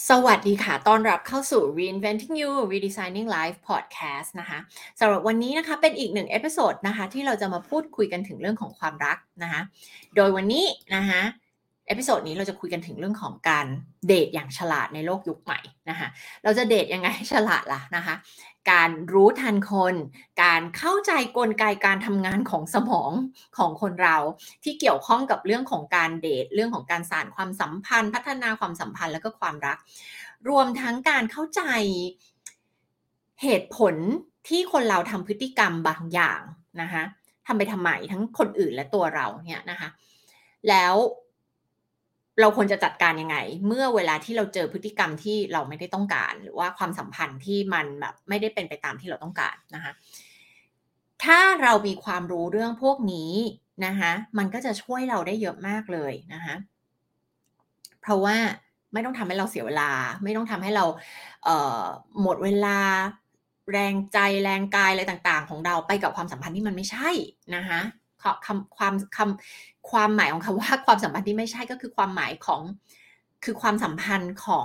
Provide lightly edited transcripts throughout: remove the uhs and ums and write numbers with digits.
สวัสดีค่ะต้อนรับเข้าสู่ Reinventing You Redesigning Life Podcast นะคะสำหรับวันนี้นะคะเป็นอีกหนึ่งเอพิโซดนะคะที่เราจะมาพูดคุยกันถึงเรื่องของความรักนะคะโดยวันนี้นะคะเอพิโซดนี้เราจะคุยกันถึงเรื่องของการเดทอย่างฉลาดในโลกยุคใหม่นะคะเราจะเดทยังไงให้ฉลาดล่ะนะคะการรู้ทันคนการเข้าใจกลไกการทำงานของสมองของคนเราที่เกี่ยวข้องกับเรื่องของการเดทเรื่องของการสานความสัมพันธ์พัฒนาความสัมพันธ์แล้วก็ความรักรวมทั้งการเข้าใจเหตุผลที่คนเราทำพฤติกรรมบางอย่างนะคะทำไปทำไมทั้งคนอื่นและตัวเราเนี่ยนะคะแล้วเราควรจะจัดการยังไงเมื่อเวลาที่เราเจอพฤติกรรมที่เราไม่ได้ต้องการหรือว่าความสัมพันธ์ที่มันแบบไม่ได้เป็นไปตามที่เราต้องการนะคะถ้าเรามีความรู้เรื่องพวกนี้นะคะมันก็จะช่วยเราได้เยอะมากเลยนะคะเพราะว่าไม่ต้องทำให้เราเสียเวลาไม่ต้องทำให้เราเอ่อหมดเวลาแรงใจแรงกายอะไรต่างๆของเราไปกับความสัมพันธ์ที่มันไม่ใช่นะคะคคำความคำความหมายของคำว่าความสัมพันธ์ที่ไม่ใช่ก็คือความหมายของคือความสัมพันธ์ของ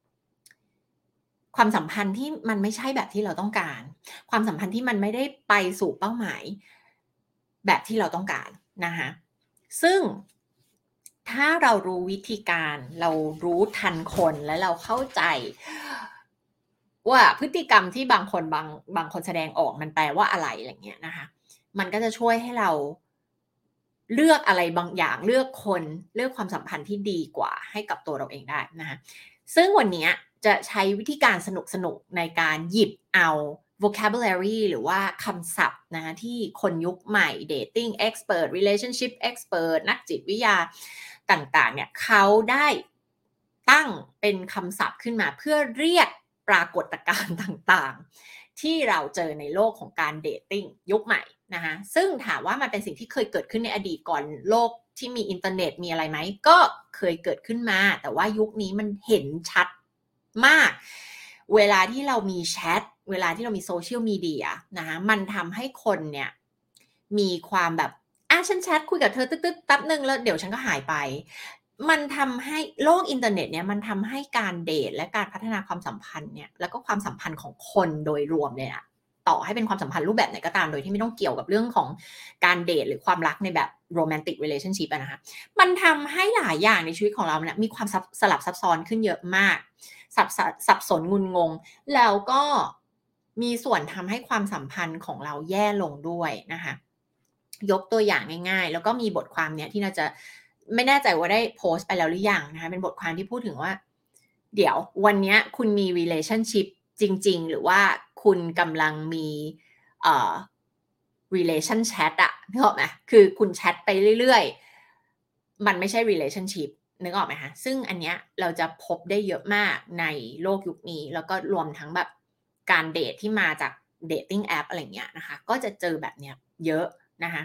ความสัมพันธ์ที่มันไม่ใช่แบบที่เราต้องการความสัมพันธ์ที่มันไม่ได้ไปสู่เป้าหมายแบบที่เราต้องการนะคะซึ่งถ้าเรารู้วิธีการเรารู้ทันคนและเราเข้าใจว่าพฤติกรรมที่บางคนแสดงออกมันแปลว่าอะไรอะไรเงี้ยนะคะมันก็จะช่วยให้เราเลือกอะไรบางอย่างเลือกคนเลือกความสัมพันธ์ที่ดีกว่าให้กับตัวเราเองได้นะคะซึ่งวันนี้จะใช้วิธีการสนุกๆในการหยิบเอา vocabulary หรือว่าคำศัพท์นะคะที่คนยุคใหม่ dating expert relationship expert นักจิตวิทยาต่างๆเนี่ยเขาได้ตั้งเป็นคำศัพท์ขึ้นมาเพื่อเรียกปรากฏการณ์ต่างๆที่เราเจอในโลกของการเดทติ้งยุคใหม่นะคะซึ่งถามว่ามันเป็นสิ่งที่เคยเกิดขึ้นในอดีตก่อนโลกที่มีอินเทอร์เน็ตมีอะไรไหมก็เคยเกิดขึ้นมาแต่ว่ายุคนี้มันเห็นชัดมากเวลาที่เรามีแชทเวลาที่เรามีโซเชียลมีเดียนะคะมันทำให้คนเนี่ยมีความแบบฉันแชทคุยกับเธอตึ๊ดๆแป๊บนึงแล้วเดี๋ยวฉันก็หายไปมันทำให้โลกอินเทอร์เน็ตเนี่ยมันทำให้การเดทและการพัฒนาความสัมพันธ์เนี่ยแล้วก็ความสัมพันธ์ของคนโดยรวมเลยอะต่อให้เป็นความสัมพันธ์รูปแบบไหนก็ตามโดยที่ไม่ต้องเกี่ยวกับเรื่องของการเดทหรือความรักในแบบ romantic relationship อะนะคะมันทำให้หลายอย่างในชีวิตของเราเนี่ยมีความสลับซับซ้อนขึ้นเยอะมากสับสนงุนงงแล้วก็มีส่วนทำให้ความสัมพันธ์ของเราแย่ลงด้วยนะคะยกตัวอย่างง่ายๆแล้วก็มีบทความเนี้ยที่น่าจะไม่แน่ใจว่าได้โพสต์ไปแล้วหรือยังนะคะเป็นบทความที่พูดถึงว่าเดี๋ยววันเนี้ยคุณมี relationship จริงๆหรือว่าคุณกำลังมีrelation chat อะนึกออกไหมคือคุณแชตไปเรื่อยๆมันไม่ใช่ relationship นึกออกไหมคะซึ่งอันเนี้ยเราจะพบได้เยอะมากในโลกยุคนี้แล้วก็รวมทั้งแบบการเดทที่มาจาก dating app อะไรเงี้ยนะคะก็จะเจอแบบเนี้ยเยอะนะคะ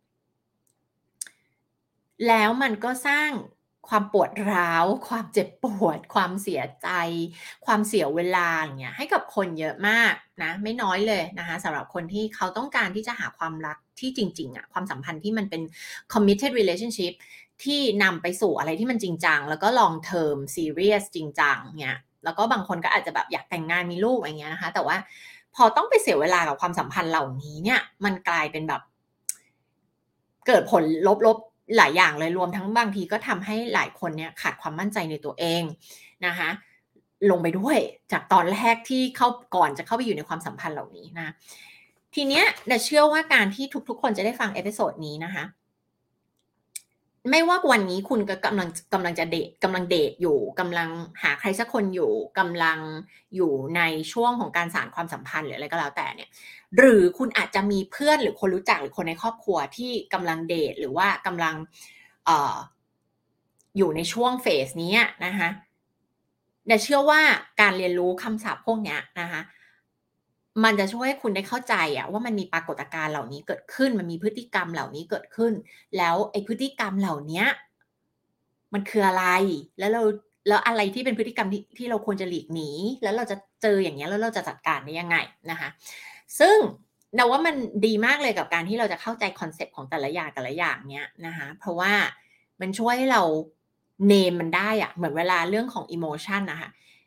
แล้วมันก็สร้างความปวดร้าวความเจ็บปวดความเสียใจความเสียเวลาอย่างเงี้ยให้กับคนเยอะมากนะไม่น้อยเลยนะคะสำหรับคนที่เขาต้องการที่จะหาความรักที่จริงๆอะความสัมพันธ์ที่มันเป็น committed relationship ที่นำไปสู่อะไรที่มันจริงจังแล้วก็ long term serious จริงจังเงี้ยแล้วก็บางคนก็อาจจะแบบอยากแต่งงานมีลูกอย่างเงี้ยนะคะแต่ว่าพอต้องไปเสียเวลากับความสัมพันธ์เหล่านี้เนี่ยมันกลายเป็นแบบเกิดผลลบๆหลายอย่างเลยรวมทั้งบางทีก็ทำให้หลายคนเนี่ยขาดความมั่นใจในตัวเองนะคะลงไปด้วยจากตอนแรกที่ก่อนจะเข้าไปอยู่ในความสัมพันธ์เหล่านี้นะทีเนี้ยเราเชื่อว่าการที่ทุกๆคนจะได้ฟังเอพิโซดนี้นะคะ ไม่ว่าวันนี้คุณก็กำลังจะกำลังเดทอยู่กำลังหาใครสักคนอยู่กำลังอยู่ในช่วงของการสานความสัมพันธ์หรืออะไรก็แล้วแต่เนี่ยหรือคุณอาจจะมีเพื่อนหรือคนรู้จักหรือคนในครอบครัวที่กำลังเดทหรือว่ากำลังเอ่ออยู่ในช่วงเฟสนี้นะคะแต่เชื่อว่าการเรียนรู้คำศัพท์พวกเนี้ยนะคะมันจะช่วยให้คุณได้เข้าใจอะว่ามันมีปรากฏการณ์เหล่านี้เกิดขึ้นมันมีพฤติกรรมเหล่านี้เกิดขึ้น แล้วไอ้พฤติกรรมเหล่าเนี้ยมันคืออะไรแล้วอะไรที่เป็นพฤติกรรมที่เราควรจะหลีกหนีแล้วเราจะเจออย่างเงี้ยแล้วเราจะจัดการได้ยังไงนะคะซึ่งเราว่ามันดีมากเลยกับการที่เราจะเข้าใจคอนเซปต์ของแต่ละอย่างเนี้ยนะคะเพราะว่ามันช่วยให้เรา name มันได้อะเหมือนเวลาเรื่องของ emotion น่ะค่ะ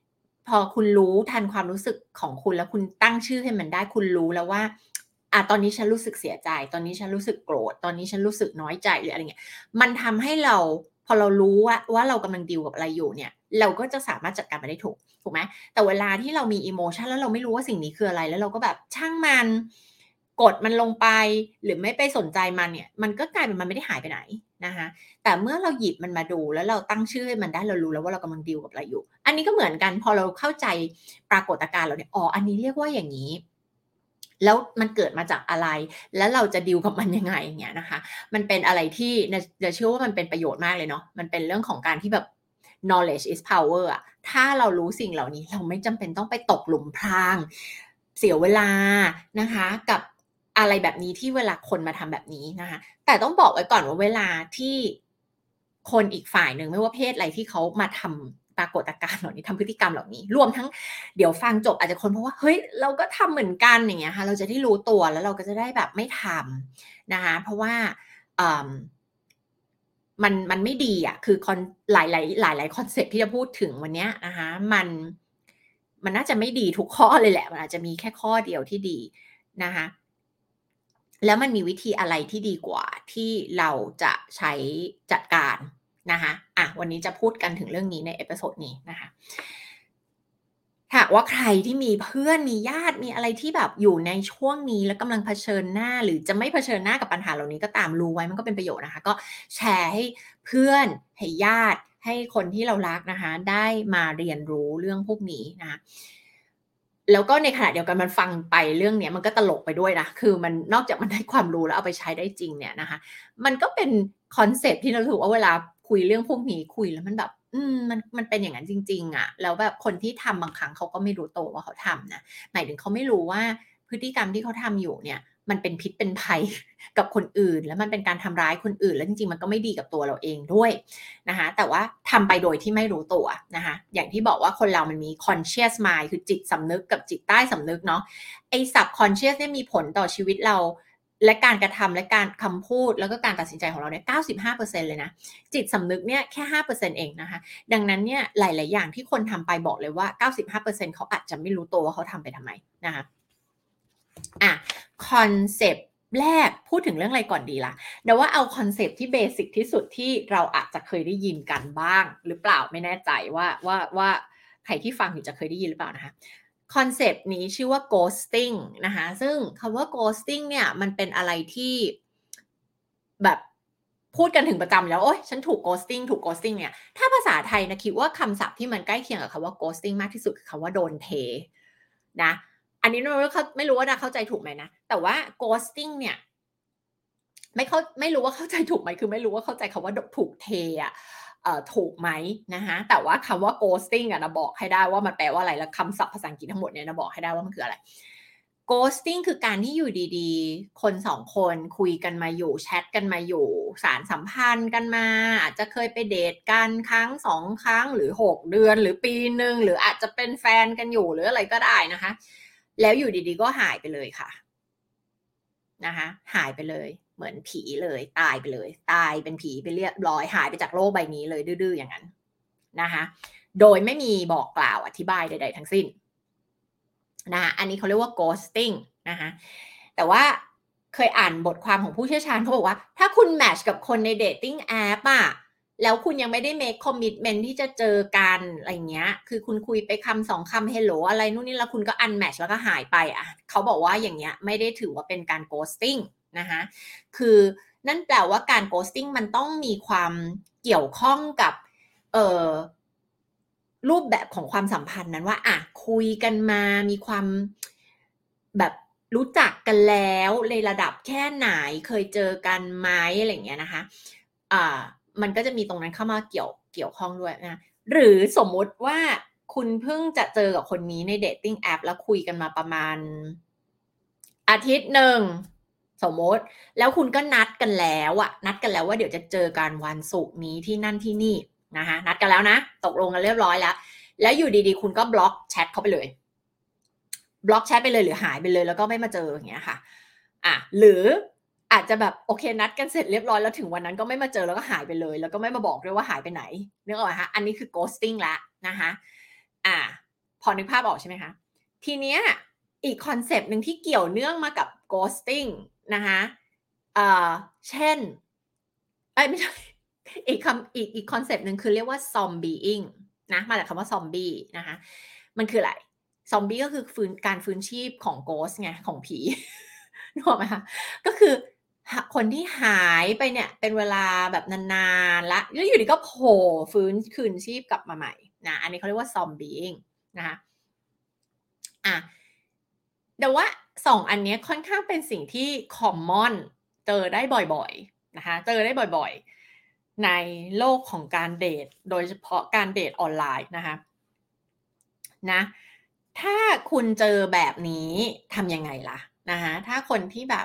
พอคุณรู้ทันความรู้สึกของคุณแล้วคุณตั้งชื่อให้มันได้คุณรู้แล้วว่าตอนนี้ฉันรู้สึกเสียใจตอนนี้ฉันรู้สึกโกรธตอนนี้ฉันรู้สึกน้อยใจหรืออะไรเงี้ยมันทำให้เราพอเรารู้ว่าเรากำลังดีลกับอะไรอยู่เนี่ยเราก็จะสามารถจัดการมันได้ถูกไหมแต่เวลาที่เรามี emotion แล้วเราไม่รู้ว่าสิ่งนี้คืออะไรแล้วเราก็แบบช่างมันกดมันลงไปหรือไม่ไปสนใจมันเนี่ยมันก็กลายเป็นมันไม่ได้หายไปไหนนะคะ แต่เมื่อเราหยิบมันมาดูแล้วเราตั้งชื่อให้มันได้เรารู้แล้วว่าเรากำลังดีลกับอะไรอยู่อันนี้ก็เหมือนกันพอเราเข้าใจปรากฏการณ์เราเนี่ยอันนี้เรียกว่าอย่างนี้แล้วมันเกิดมาจากอะไรแล้วเราจะดีลกับมันยังไงอย่างเงี้ยนะคะมันเป็นอะไรที่เชื่อว่ามันเป็นประโยชน์มากเลยเนาะมันเป็นเรื่องของการที่แบบ knowledge is power อะถ้าเรารู้สิ่งเหล่านี้เราไม่จำเป็นต้องไปตกหลุมพรางเสียเวลานะคะกับอะไรแบบนี้ที่เวลาคนมาทำแบบนี้นะคะแต่ต้องบอกไว้ก่อนว่าเวลาที่คนอีกฝ่ายหนึ่งไม่ว่าเพศอะไรที่เขามาทำปรากฏการณ์เหล่านี้ทำพฤติกรรมเหล่านี้รวมทั้งเดี๋ยวฟังจบอาจจะคนเพราะว่าเฮ้ยเราก็ทำเหมือนกันอย่างเงี้ยค่ะเราจะได้รู้ตัวแล้วเราก็จะได้แบบไม่ทำนะคะเพราะว่ามันไม่ดีอะคือหลายคอนเซ็ปต์ที่จะพูดถึงวันนี้นะคะมันน่าจะไม่ดีทุกข้อเลยแหละมันอาจจะมีแค่ข้อเดียวที่ดีนะคะแล้วมันมีวิธีอะไรที่ดีกว่าที่เราจะใช้จัดการนะคะวันนี้จะพูดกันถึงเรื่องนี้ในเอพิโซดนี้นะคะหากว่าใครที่มีเพื่อนมีญาติมีอะไรที่แบบอยู่ในช่วงนี้แล้วกำลังเผชิญหน้าหรือจะไม่เผชิญหน้ากับปัญหาเหล่านี้ก็ตามรู้ไว้มันก็เป็นประโยชน์นะคะก็แชร์ให้เพื่อนให้ญาติให้คนที่เรารักนะคะได้มาเรียนรู้เรื่องพวกนี้นะคะแล้วก็ในขณะเดียวกันมันฟังไปเรื่องนี้มันก็ตลกไปด้วยนะคือมันนอกจากมันได้ความรู้แล้วเอาไปใช้ได้จริงเนี่ยนะคะมันก็เป็นคอนเซปต์ที่เราถือว่าเวลาคุยเรื่องพวกนี้คุยแล้วมันแบบมันเป็นอย่างนั้นจริงๆอะแล้วแบบคนที่ทำบางครั้งเขาก็ไม่รู้ตัวว่าเขาทำนะหมายถึงเขาไม่รู้ว่าพฤติกรรมที่เขาทำอยู่เนี่ยมันเป็นพิษเป็นภัยกับคนอื่นแล้วมันเป็นการทำร้ายคนอื่นแล้วจริงๆมันก็ไม่ดีกับตัวเราเองด้วยนะคะแต่ว่าทำไปโดยที่ไม่รู้ตัวนะคะอย่างที่บอกว่าคนเรามันมี conscious mind คือจิตสำนึกกับจิตใต้สำนึกเนาะไอ้ subconscious เนี่ยมีผลต่อชีวิตเราและการกระทำและการคำพูดแล้วก็การตัดสินใจของเราเนี่ย95%เลยนะจิตสำนึกเนี่ยแค่5%เองนะคะดังนั้นเนี่ยหลายๆอย่างที่คนทำไปบอกเลยว่า95%เขาอาจจะไม่รู้ตัวว่าเขาทำไปทำไมนะคะคอนเซปต์แรกพูดถึงเรื่องอะไรก่อนดีล่ะเดี๋ยวว่าเอาคอนเซปต์ที่เบสิกที่สุดที่เราอาจจะเคยได้ยินกันบ้างหรือเปล่าไม่แน่ใจว่าใครที่ฟังอยู่จะเคยได้ยินหรือเปล่านะคะคอนเซปต์นี้ชื่อว่า ghosting นะคะซึ่งคำว่า ghosting เนี่ยมันเป็นอะไรที่แบบพูดกันถึงประจำแล้วโอ๊ยฉันถูก ghosting เนี่ยถ้าภาษาไทยนะคิดว่าคำศัพท์ที่มันใกล้เคียงกับคำว่า ghosting มากที่สุดคือคำว่าโดนเทนะอันนี้ไม่รู้ว่านะเข้าใจถูกไหมนะแต่ว่า ghosting เนี่ยไม่รู้ว่าเข้าใจถูกไหมคือไม่รู้ว่าเข้าใจคำว่าถูกเทอะถูกไหมนะคะแต่ว่าคำว่า ghosting อะนะบอกให้ได้ว่ามันแปลว่าอะไรแล้วคำศัพท์ภาษาอังกฤษทั้งหมดเนี่ยนะบอกให้ได้ว่ามันคืออะไร ghosting คือการที่อยู่ดีๆคน2คนคุยกันมาอยู่แชตกันมาอยู่สานสัมพันธ์กันมาอาจจะเคยไปเดทกันครั้ง2ครั้งหรือ6เดือนหรือปีหนึ่งหรืออาจจะเป็นแฟนกันอยู่หรืออะไรก็ได้นะคะแล้วอยู่ดีๆก็หายไปเลยค่ะนะคะหายไปเลยเหมือนผีเลยตายไปเลยตายเป็นผีไปเรียบร้อยหายไปจากโลกใบนี้เลยดื้อๆอย่างนั้นนะคะโดยไม่มีบอกกล่าวอธิบายใดๆทั้งสิ้นนะคะอันนี้เขาเรียกว่า ghosting นะคะแต่ว่าเคยอ่านบทความของผู้เชี่ยวชาญเขาบอกว่าถ้าคุณแมทช์กับคนใน dating app อะแล้วคุณยังไม่ได้ make commitment ที่จะเจอกันอะไรเงี้ยคือคุณคุยไปคำ2คำ hello อะไรนู่นนี่แล้วคุณก็ unmatch แล้วก็หายไปอะเขาบอกว่าอย่างเงี้ยไม่ได้ถือว่าเป็นการ ghosting นะคะคือนั่นแปลว่าการ ghosting มันต้องมีความเกี่ยวข้องกับรูปแบบของความสัมพันธ์นั้นว่าคุยกันมามีความแบบรู้จักกันแล้วในระดับแค่ไหนเคยเจอกันไหมอะไรอย่างเงี้ยนะคะมันก็จะมีตรงนั้นเข้ามาเกี่ยวข้องด้วยนะหรือสมมุติว่าคุณเพิ่งจะเจอกับคนนี้ใน dating app แล้วคุยกันมาประมาณอาทิตย์หนึ่งสมมติแล้วคุณก็นัดกันแล้วว่าเดี๋ยวจะเจอกันวันศุกร์นี้ที่นั่นที่นี่นะคะนัดกันแล้วนะตกลงกันเรียบร้อยแล้วอยู่ดีๆคุณก็บล็อกแชทเขาไปเลยบล็อกแชทไปเลยหรือหายไปเลยแล้วก็ไม่มาเจออย่างเงี้ยค่ะหรืออาจจะแบบโอเคนัดกันเสร็จเรียบร้อยแล้วถึงวันนั้นก็ไม่มาเจอแล้วก็หายไปเลยแล้วก็ไม่มาบอกด้วยว่าหายไปไหนนึกออกไหมคะอันนี้คือ ghosting แล้วนะคะพอนึกภาพออกใช่ไหมคะทีเนี้ยอีกคอนเซปต์หนึ่งที่เกี่ยวเนื่องมากับ ghosting นะคะเช่นไม่ใช่ อีกคอนเซปต์หนึ่งคือเรียกว่า zombieing นะมาจากคำว่าซอมบี้นะคะมันคืออะไรซอมบี้ก็คือการฟื้นชีพของ ghost ไงของผี นึกออกไหมคะก็คือคนที่หายไปเนี่ยเป็นเวลาแบบนานๆแล้วอยู่ดีก็โผล่ฟื้นคืนชีพกลับมาใหม่นะอันนี้เขาเรียกว่า zombieing นะคะอ่ะแต่ว่า2อันนี้ค่อนข้างเป็นสิ่งที่ common เจอได้บ่อยๆนะคะเจอได้บ่อยๆในโลกของการเดทโดยเฉพาะการเดทออนไลน์นะคะนะถ้าคุณเจอแบบนี้ทำยังไงล่ะนะคะถ้าคนที่แบบ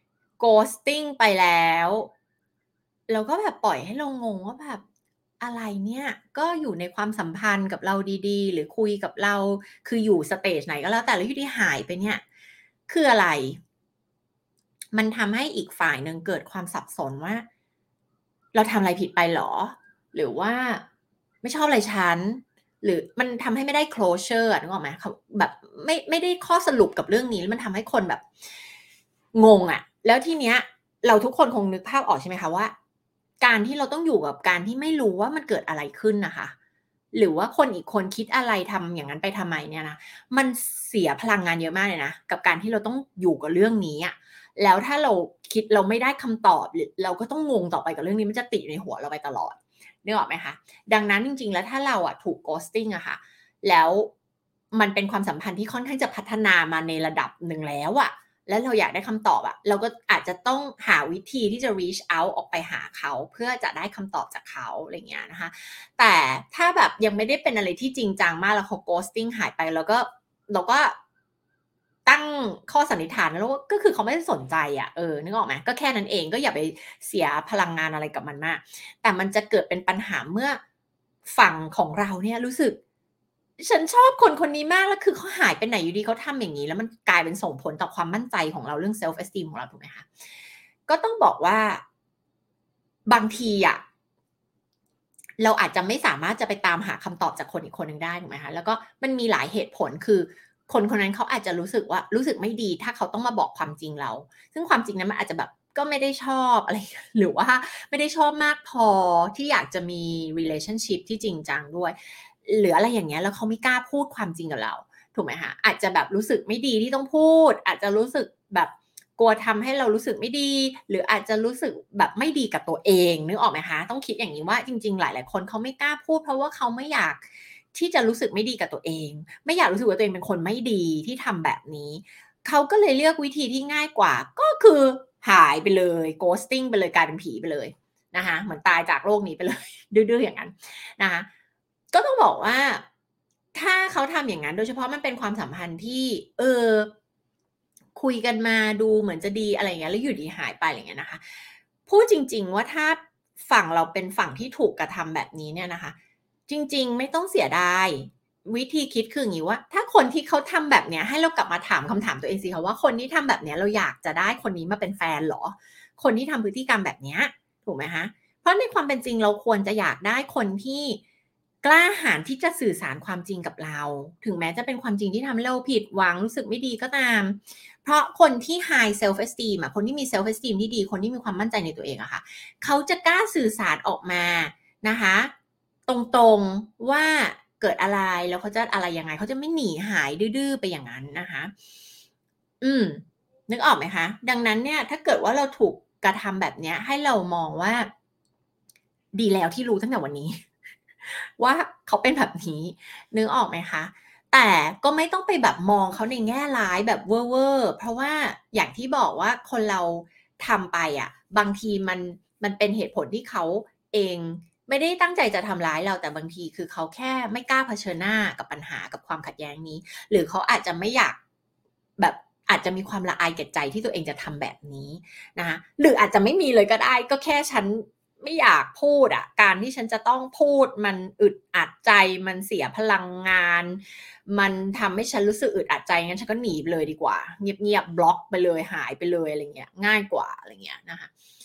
ghosting ไปแล้วแล้วก็แบบปล่อยให้เรางงว่าแบบอะไรเนี่ยก็อยู่ในความสัมพันธ์กับเราดีๆหรือคุยกับเราคืออยู่สเตจไหนก็แล้วแต่แล้วอยู่ดีหายไปเนี่ยคืออะไรมันทำให้อีกฝ่ายหนึ่งเกิดความสับสนว่าเราทำอะไรผิดไปหรอหรือว่าไม่ชอบอะไรฉันหรือมันทำให้ไม่ได้ closure นึกออกไหมเขาแบบไม่ได้ข้อสรุปกับเรื่องนี้แล้วมันทำให้คนแบบงงอะแล้วทีเนี้ยเราทุกคนคงนึกภาพออกใช่ไหมคะว่าการที่เราต้องอยู่กับการที่ไม่รู้ว่ามันเกิดอะไรขึ้นนะคะหรือว่าคนอีกคนคิดอะไรทำอย่างนั้นไปทำไมเนี่ยนะมันเสียพลังงานเยอะมากเลยนะกับการที่เราต้องอยู่กับเรื่องนี้อะแล้วถ้าเราคิดเราไม่ได้คำตอบหรือเราก็ต้องงงต่อไปกับเรื่องนี้มันจะติดอยู่ในหัวเราไปตลอดนึกออกไหมคะดังนั้นจริงๆแล้วถ้าเราอะถูก ghosting อะค่ะแล้วมันเป็นความสัมพันธ์ที่ค่อนข้างจะพัฒนามาในระดับหนึ่งแล้วอะแล้วเราอยากได้คำตอบอะเราก็อาจจะต้องหาวิธีที่จะ reach out ออกไปหาเขาเพื่อจะได้คำตอบจากเขาอะไรอย่างเงี้ยนะคะแต่ถ้าแบบยังไม่ได้เป็นอะไรที่จริงจังมากแล้วเขา ghosting หายไปเราก็ตั้งข้อสันนิษฐานแล้วก็คือเขาไม่ได้สนใจอะนึกออกไหมก็แค่นั้นเองก็อย่าไปเสียพลังงานอะไรกับมันมากแต่มันจะเกิดเป็นปัญหาเมื่อฝั่งของเราเนี่ยรู้สึกฉันชอบคนคนนี้มากแล้วคือเขาหายไปไหนอยู่ดีเขาทำอย่างงี้แล้วมันกลายเป็นส่งผลต่อความมั่นใจของเราเรื่อง self esteem ของเราถูกไหมคะก็ต้องบอกว่าบางทีอะเราอาจจะไม่สามารถจะไปตามหาคำตอบจากคนอีกคนหนึ่งได้ถูกไหมคะแล้วก็มันมีหลายเหตุผลคือคนคนนั้นเขาอาจจะรู้สึกว่ารู้สึกไม่ดีถ้าเขาต้องมาบอกความจริงเราซึ่งความจริงนั้นมันอาจจะแบบก็ไม่ได้ชอบอะไรหรือว่าไม่ได้ชอบมากพอที่อยากจะมี relationship ที่จริงจังด้วยหรืออะไรอย่างเงี้ยแล้วเขาไม่กล้าพูดความจริงกับเราถูกไหมคะอาจจะแบบรู้สึกไม่ดีที่ต้องพูดอาจจะรู้สึกแบบกลัวทำให้เรารู้สึกไม่ดีหรืออาจจะรู้สึกแบบไม่ดีกับตัวเองนึกออกไหมคะต้องคิดอย่างนี้ว่าจริงๆหลายๆคนเขาไม่กล้าพูดเพราะว่าเขาไม่อยากที่จะรู้สึกไม่ดีกับตัวเองไม่อยากรู้สึกว่าตัวเองเป็นคนไม่ดีที่ทำแบบนี้เขาก็เลยเลือกวิธีที่ง่ายกว่าก็คือหายไปเลย ghosting ไปเลยกลายเป็นผีไปเลยนะคะเหมือนตายจากโลกนี้ไปเลยดื้อๆอย่างนั้นนะคะก็ต้องบอกว่าถ้าเขาทำอย่างนั้นโดยเฉพาะมันเป็นความสัมพันธ์ที่คุยกันมาดูเหมือนจะดีอะไรอย่างเงี้ยแล้วอยู่ดีหายไปอะไรอย่างเงี้ยนะคะพูดจริงๆว่าถ้าฝั่งเราเป็นฝั่งที่ถูกกระทำแบบนี้เนี่ยนะคะจริงๆไม่ต้องเสียดายวิธีคิดคืออย่างงี้ว่าถ้าคนที่เขาทำแบบเนี้ยให้เรากลับมาถามคำถามตัวเองสิคะว่าคนที่ทำแบบเนี้ยเราอยากจะได้คนนี้มาเป็นแฟนเหรอคนที่ทำพฤติกรรมแบบเนี้ยถูกไหมคะเพราะในความเป็นจริงเราควรจะอยากได้คนที่กล้าหาญที่จะสื่อสารความจริงกับเราถึงแม้จะเป็นความจริงที่ทำให้เราผิดหวังรู้สึกไม่ดีก็ตาม เพราะคนที่ high self esteem อะคนที่มี self esteem ที่ดีคนที่มีความมั่นใจในตัวเองอะค่ะเขาจะกล้าสื่อสารออกมานะคะตรงๆว่าเกิดอะไรแล้วเขาจะอะไรยังไงเขาจะไม่หนีหายดื้อๆไปอย่างนั้นนะคะอืมนึกออกไหมคะดังนั้นเนี่ยถ้าเกิดว่าเราถูกกระทำแบบเนี้ยให้เรามองว่าดีแล้วที่รู้ตั้งแต่วันนี้ว่าเขาเป็นแบบนี้นึกออกไหมคะ แต่ก็ไม่ต้องไปแบบมองเขาในแง่ร้ายแบบเวอร์ๆเพราะว่าอย่างที่บอกว่าคนเราทำไปอะบางทีมันเป็นเหตุผลที่เขาเองไม่ได้ตั้งใจจะทำร้ายเราแต่บางทีคือเขาแค่ไม่กล้าเผชิญหน้ากับปัญหากับความขัดแย้งนี้หรือเขาอาจจะไม่อยากแบบอาจจะมีความละอายแก่ใจที่ตัวเองจะทำแบบนี้นะคะหรืออาจจะไม่มีเลยก็ได้ก็แค่ฉันไม่อยากพูดอะการที่ฉันจะต้องพูดมันอึดอัดใจมันเสียพลังงาน มันทำให้ฉันรู้สึกอึดอัดใจงั้นฉันก็หนีไปเลยดีกว่าเงียบๆบล็อกไปเลยหายไปเลยอะไรเงี้ยง่ายกว่าอะไรเงี้ยนะคะ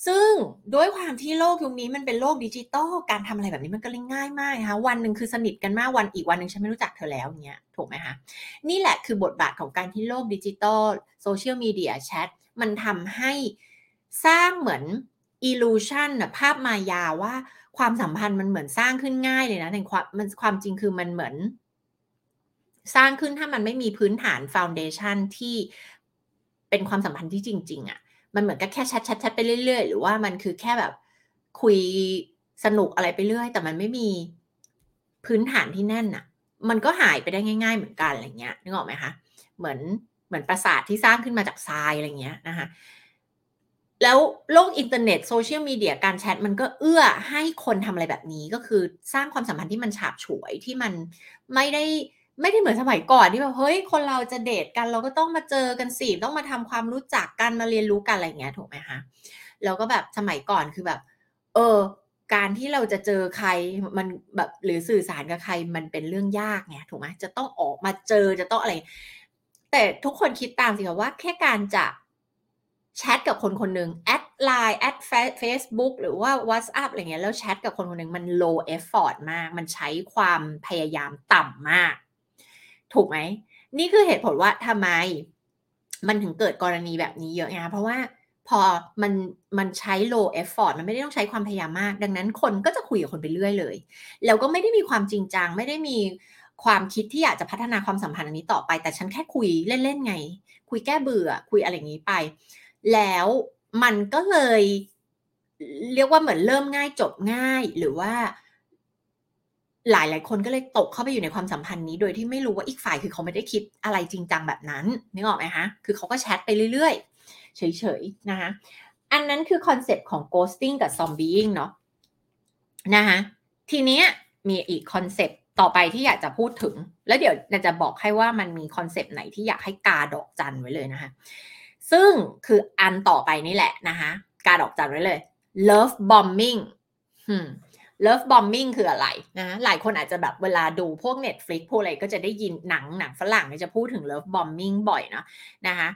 ซึ่งด้วยความที่โลกยุคนี้มันเป็นโลกดิจิตอลการทำอะไรแบบนี้มันก็เลยง่ายมากนะคะวันหนึ่งคือสนิทกันมากอีกวันหนึ่งฉันไม่รู้จักเธอแล้วอย่างเงี้ยถูกไหมคะนี่แหละคือบทบาทของการที่โลกดิจิตอลโซเชียลมีเดียแชทมันทำให้สร้างเหมือน illusion ภาพมายาว่าความสัมพันธ์มันเหมือนสร้างขึ้นง่ายเลยนะแต่ความจริงคือมันเหมือนสร้างขึ้นถ้ามันไม่มีพื้นฐาน foundation ที่เป็นความสัมพันธ์ที่จริงๆมันเหมือนกับแค่แชทๆๆไปเรื่อยๆหรือว่ามันคือแค่แบบคุยสนุกอะไรไปเรื่อยแต่มันไม่มีพื้นฐานที่แน่นมันก็หายไปได้ง่ายๆเหมือนกันอะไรเงี้ยนึกออกไหมคะเหมือนปราสาทที่สร้างขึ้นมาจากทรายอะไรเงี้ยนะคะแล้วโลกอินเทอร์เน็ตโซเชียลมีเดียการแชทมันก็เอื้อให้คนทำอะไรแบบนี้ก็คือสร้างความสัมพันธ์ที่มันฉาบฉวยที่มันไม่ได้เหมือนสมัยก่อนที่แบบเฮ้ยคนเราจะเดทกันเราก็ต้องมาเจอกันสิต้องมาทำความรู้จักกันมาเรียนรู้กันอะไรอย่างเงี้ยถูกไหมคะแล้วก็แบบสมัยก่อนคือแบบการที่เราจะเจอใครมันแบบหรือสื่อสารกับใครมันเป็นเรื่องยากไงถูกไหมจะต้องออกมาเจอจะต้องอะไรแต่ทุกคนคิดตามสิคะว่าแค่การจะแชทกับคนคนหนึ่งแอด LINE แอดเฟซบุ๊กหรือว่า WhatsApp อะไรเงี้ยแล้วแชทกับคนคนหนึ่งมัน low effort มากมันใช้ความพยายามต่ำมากถูกไหมนี่คือเหตุผลว่าทำไมมันถึงเกิดกรณีแบบนี้เยอะไงคะเพราะว่าพอมันใช้ low effort มันไม่ได้ต้องใช้ความพยายามมากดังนั้นคนก็จะคุยกับคนไปเรื่อยเลยแล้วก็ไม่ได้มีความจริงจังไม่ได้มีความคิดที่อยากจะพัฒนาความสัมพันธ์อันนี้ต่อไปแต่ฉันแค่คุยเล่นๆไงคุยแก้เบื่อคุยอะไรอย่างนี้ไปแล้วมันก็เลยเรียกว่าเหมือนเริ่มง่ายจบง่ายหรือว่าหลายๆคนก็เลยตกเข้าไปอยู่ในความสัมพันธ์นี้โดยที่ไม่รู้ว่าอีกฝ่ายคือเขาไม่ได้คิดอะไรจริงจังแบบนั้นนึกออกไหมคะคือเขาก็แชทไปเรื่อยๆเฉยๆนะคะอันนั้นคือคอนเซปต์ของ ghosting กับ zombieing เนาะนะคะทีนี้มีอีกคอนเซปต์ต่อไปที่อยากจะพูดถึงแล้วเดี๋ยวจะบอกให้ว่ามันมีคอนเซปต์ไหนที่อยากให้กาดอกจันไว้เลยนะคะซึ่งคืออันต่อไปนี่แหละนะคะกาดอกจันไว้เลย love bombing love bombing คืออะไรนะหลายคนอาจจะแบบเวลาดูพวก Netflix พวกอะไรก็จะได้ยินหนังฝรั่งจะพูดถึง love bombing บ่อยเนาะนะคะ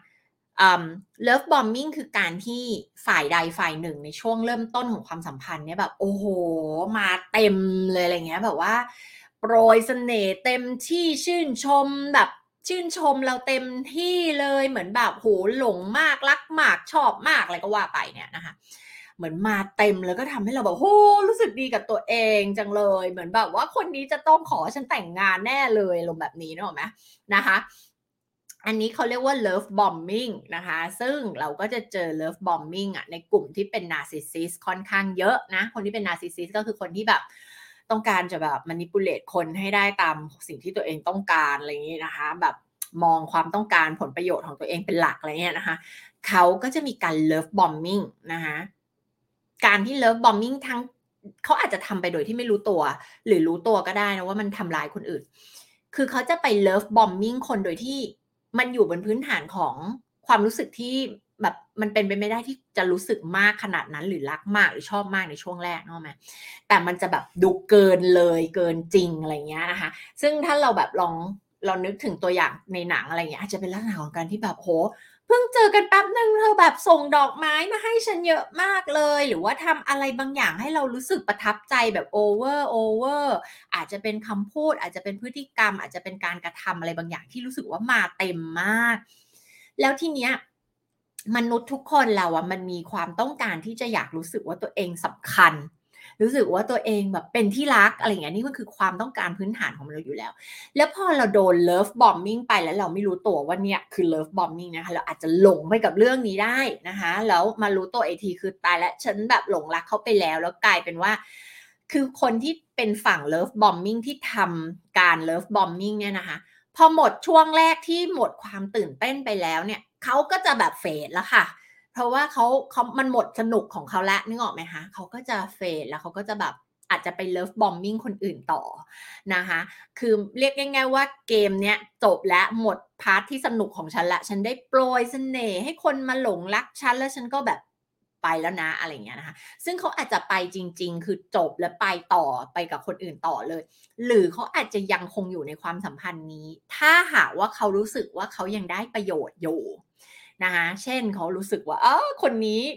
love bombing คือการที่ฝ่ายใดฝ่ายหนึ่งในช่วงเริ่มต้นของความสัมพันธ์เนี่ยแบบโอ้โหมาเต็มเลยอะไรเงี้ยแบบว่าโปรยเสน่ห์เต็มที่ชื่นชมแบบชื่นชมเราเต็มที่เลยเหมือนแบบโหหลงมากรักมากชอบมากอะไรก็ว่าไปเนี่ยนะคะเหมือนมาเต็มแล้วก็ทำให้เราแบบโหรู้สึกดีกับตัวเองจังเลยเหมือนแบบว่าคนนี้จะต้องขอฉันแต่งงานแน่เลยลงแบบนี้นึกออกไหมนะคะอันนี้เขาเรียกว่า love bombing นะคะซึ่งเราก็จะเจอ love bombing ในกลุ่มที่เป็น narcissist ค่อนข้างเยอะนะคนที่เป็น narcissist ก็คือคนที่แบบต้องการจะแบบ manipulate คนให้ได้ตามสิ่งที่ตัวเองต้องการอะไรอย่างนี้นะคะแบบมองความต้องการผลประโยชน์ของตัวเองเป็นหลักอะไรเงี้ยนะคะเขาก็จะมีการ love bombing นะคะการที่ love bombing ทั้งเขาอาจจะทำไปโดยที่ไม่รู้ตัวหรือรู้ตัวก็ได้นะว่ามันทำร้ายคนอื่นคือเขาจะไป love bombing คนโดยที่มันอยู่บนพื้นฐานของความรู้สึกที่แบบมันเป็นไปไม่ได้ที่จะรู้สึกมากขนาดนั้นหรือรักมากหรือชอบมากในช่วงแรกนึกออกไหมแต่มันจะแบบดูเกินเลยเกินจริงอะไรเงี้ยนะคะซึ่งถ้าเราแบบลองเรานึกถึงตัวอย่างในหนังอะไรเงี้ยอาจจะเป็นลักษณะของการที่แบบโหเพิ่งเจอกันแป๊บนึงเธอแบบส่งดอกไม้มาให้ฉันเยอะมากเลยหรือว่าทำอะไรบางอย่างให้เรารู้สึกประทับใจแบบโอเวอร์อาจจะเป็นคำพูดอาจจะเป็นพฤติกรรมอาจจะเป็นการกระทำอะไรบางอย่างที่รู้สึกว่ามาเต็มมากแล้วทีเนี้ยมนุษย์ทุกคนเรามันมีความต้องการที่จะอยากรู้สึกว่าตัวเองสำคัญรู้สึกว่าตัวเองแบบเป็นที่รักอะไรอย่างเงี้ยนี่มันคือความต้องการพื้นฐานของมนุษย์อยู่แล้วแล้วพอเราโดน love bombing ไปแล้วเราไม่รู้ตัวว่าเนี่ยคือ love bombing นะคะเราอาจจะหลงไปกับเรื่องนี้ได้นะคะแล้วมารู้ตัวอีกทีคือตายแล้วฉันแบบหลงรักเขาไปแล้วกลายเป็นว่าคือคนที่เป็นฝั่ง love bombing ที่ทำการ love bombing เนี่ยนะคะพอหมดช่วงแรกที่หมดความตื่นเต้นไปแล้วเนี่ยเขาก็จะแบบเฟดแล้วค่ะเพราะว่ามันหมดสนุกของเขาแล้วนึกออกไหมคะเขาก็จะเฟดแล้วเขาก็จะแบบอาจจะไป love bombing คนอื่นต่อนะคะคือเรียกง่ายๆว่าเกมเนี้ยจบแล้วหมดพาร์ทที่สนุกของฉันละฉันได้โปรยเสน่ห์ให้คนมาหลงรักฉันแล้วฉันก็แบบไปแล้วนะอะไรอย่างเงี้ยนะคะซึ่งเขาอาจจะไปจริงๆคือจบแล้วไปต่อไปกับคนอื่นต่อเลยหรือเขาอาจจะยังคงอยู่ในความสัมพันธ์นี้ถ้าหากว่าเขารู้สึกว่าเขายังได้ประโยชน์อยู่นะคะเช่นเขารู้สึกว่าคนนี้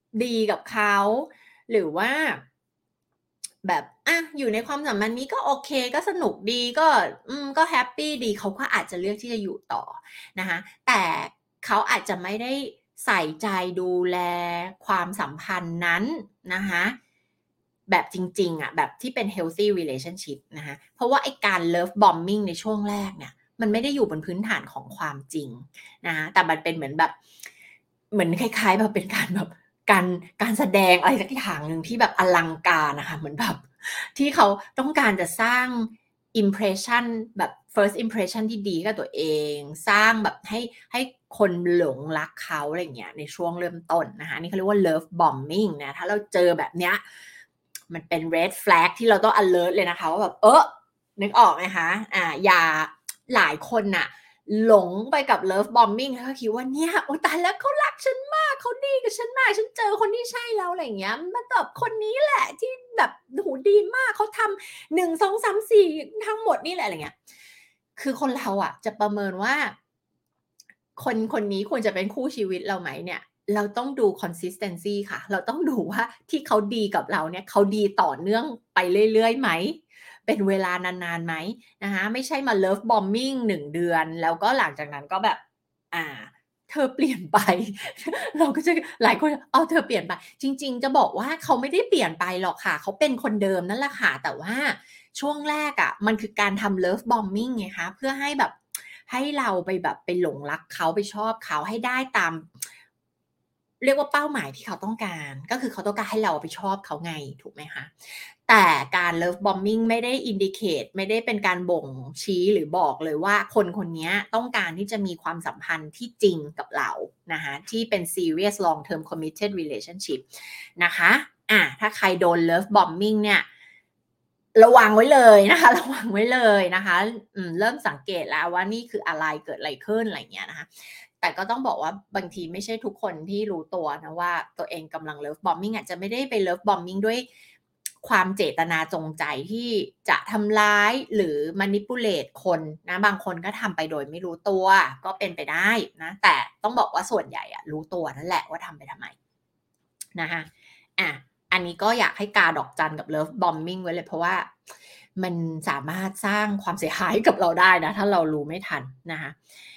ดีกับเขาหรือว่าแบบอยู่ในความสัมพันธ์นี้ก็โอเคก็สนุกดีก็แฮปปีดีเขาก็อาจจะเลือกที่จะอยู่ต่อนะคะแต่เขาอาจจะไม่ได้ใส่ใจดูแลความสัมพันธ์นั้นนะคะแบบจริงๆแบบที่เป็น healthy relationship นะคะเพราะว่าไอ้การ love bombing ในช่วงแรกเนี่ยมันไม่ได้อยู่บนพื้นฐานของความจริงนะคะแต่มันเป็นเหมือนแบบเหมือนคล้ายๆแบบเป็นการแบบการแสดงอะไรสักอย่างหนึ่งที่แบบอลังการนะคะเหมือนแบบที่เขาต้องการจะสร้าง impression แบบ first impression ที่ดีกับตัวเองสร้างแบบให้คนหลงรักเขาอะไรอย่างเงี้ยในช่วงเริ่มต้นนะคะนี่เขาเรียกว่า love bombing นะถ้าเราเจอแบบเนี้ยมันเป็น red flag ที่เราต้อง alert เลยนะคะว่าแบบนึกออกไหมคะอย่าหลายคนน่ะหลงไปกับ love bombing แล้วก็คิดว่าเนี่ยโอ๊ยตายแล้วเขารักฉันมากเขาดีกับฉันมากฉันเจอคนที่ใช่แล้วอะไรอย่างเงี้ยมันแบบคนนี้แหละที่แบบโอ้โฮดีมากเขาทำ1 2 3 4ทั้งหมดนี่แหละอะไรเงี้ยคือคนเราอะจะประเมินว่าคนนี้ควรจะเป็นคู่ชีวิตเราไหมเนี่ยเราต้องดู consistency ค่ะเราต้องดูว่าที่เขาดีกับเราเนี่ยเขาดีต่อเนื่องไปเรื่อยๆไหมเป็นเวลานานๆไหมนะคะไม่ใช่มา love bombing 1 เดือนแล้วก็หลังจากนั้นก็แบบอ่าเธอเปลี่ยนไปเราก็จะหลายคนอ้าวเธอเปลี่ยนไปจริงๆจะบอกว่าเขาไม่ได้เปลี่ยนไปหรอกค่ะเขาเป็นคนเดิมนั่นแหละค่ะแต่ว่าช่วงแรกอะมันคือการทำ love bombing ไงคะเพื่อให้แบบให้เราไปแบบไปหลงรักเขาไปชอบเขาให้ได้ตามเรียกว่าเป้าหมายที่เขาต้องการก็คือเขาต้องการให้เราไปชอบเขาไงถูกไหมคะแต่การ love bombing ไม่ได้ indicate ไม่ได้เป็นการบ่งชี้หรือบอกเลยว่าคนคนนี้ต้องการที่จะมีความสัมพันธ์ที่จริงกับเรานะคะที่เป็น serious long term committed relationship นะคะถ้าใครโดน love bombing เนี่ยระวังไว้เลยนะคะระวังไว้เลยนะคะเริ่มสังเกตแล้วว่านี่คืออะไรเกิดอะไรขึ้นอะไรอย่างเงี้ยนะคะแต่ก็ต้องบอกว่าบางทีไม่ใช่ทุกคนที่รู้ตัวนะว่าตัวเองกำลัง love bombing อาจจะไม่ได้ไป love bombing ด้วยความเจตนาจงใจที่จะทำร้ายหรือ manipulate คนนะบางคนก็ทำไปโดยไม่รู้ตัวก็เป็นไปได้นะแต่ต้องบอกว่าส่วนใหญ่อะรู้ตัวนั่นแหละว่าทำไปทำไมนะคะอันนี้ก็อยากให้กาดอกจันกับ love bombing ไว้เลยเพราะว่ามันสามารถสร้างความเสียหายกับเราได้นะถ้าเรารู้ไม่ทันนะคะ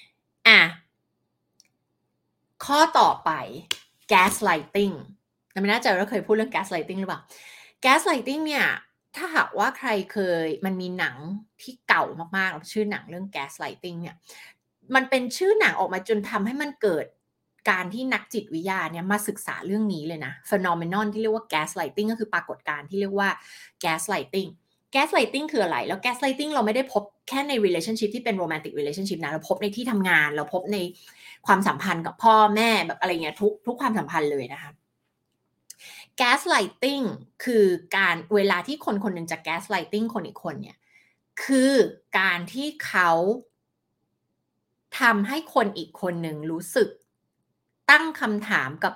ข้อต่อไป gaslighting ไม่แน่ใจว่าเราเคยพูดเรื่อง gaslighting หรือเปล่า gaslighting เนี่ยถ้าหากว่าใครเคยมันมีหนังที่เก่ามากๆชื่อหนังเรื่อง gaslighting เนี่ยมันเป็นชื่อหนังออกมาจนทำให้มันเกิดการที่นักจิตวิทยาเนี่ยมาศึกษาเรื่องนี้เลยนะ phenomenon ที่เรียกว่า gaslighting ก็คือปรากฏการณ์ที่เรียกว่า gaslighting gaslighting คืออะไรแล้ว gaslighting เราไม่ได้พบแค่ใน relationship ที่เป็น romantic relationship นะเราพบในที่ทำงานเราพบในความสัมพันธ์กับพ่อแม่แบบอะไรเงี้ยทุกความสัมพันธ์เลยนะคะ gaslighting คือการเวลาที่คนคนหนึ่งจะ gaslighting คนอีกคนเนี่ยคือการที่เขาทำให้คนอีกคนหนึ่งรู้สึกตั้งคำถามกับ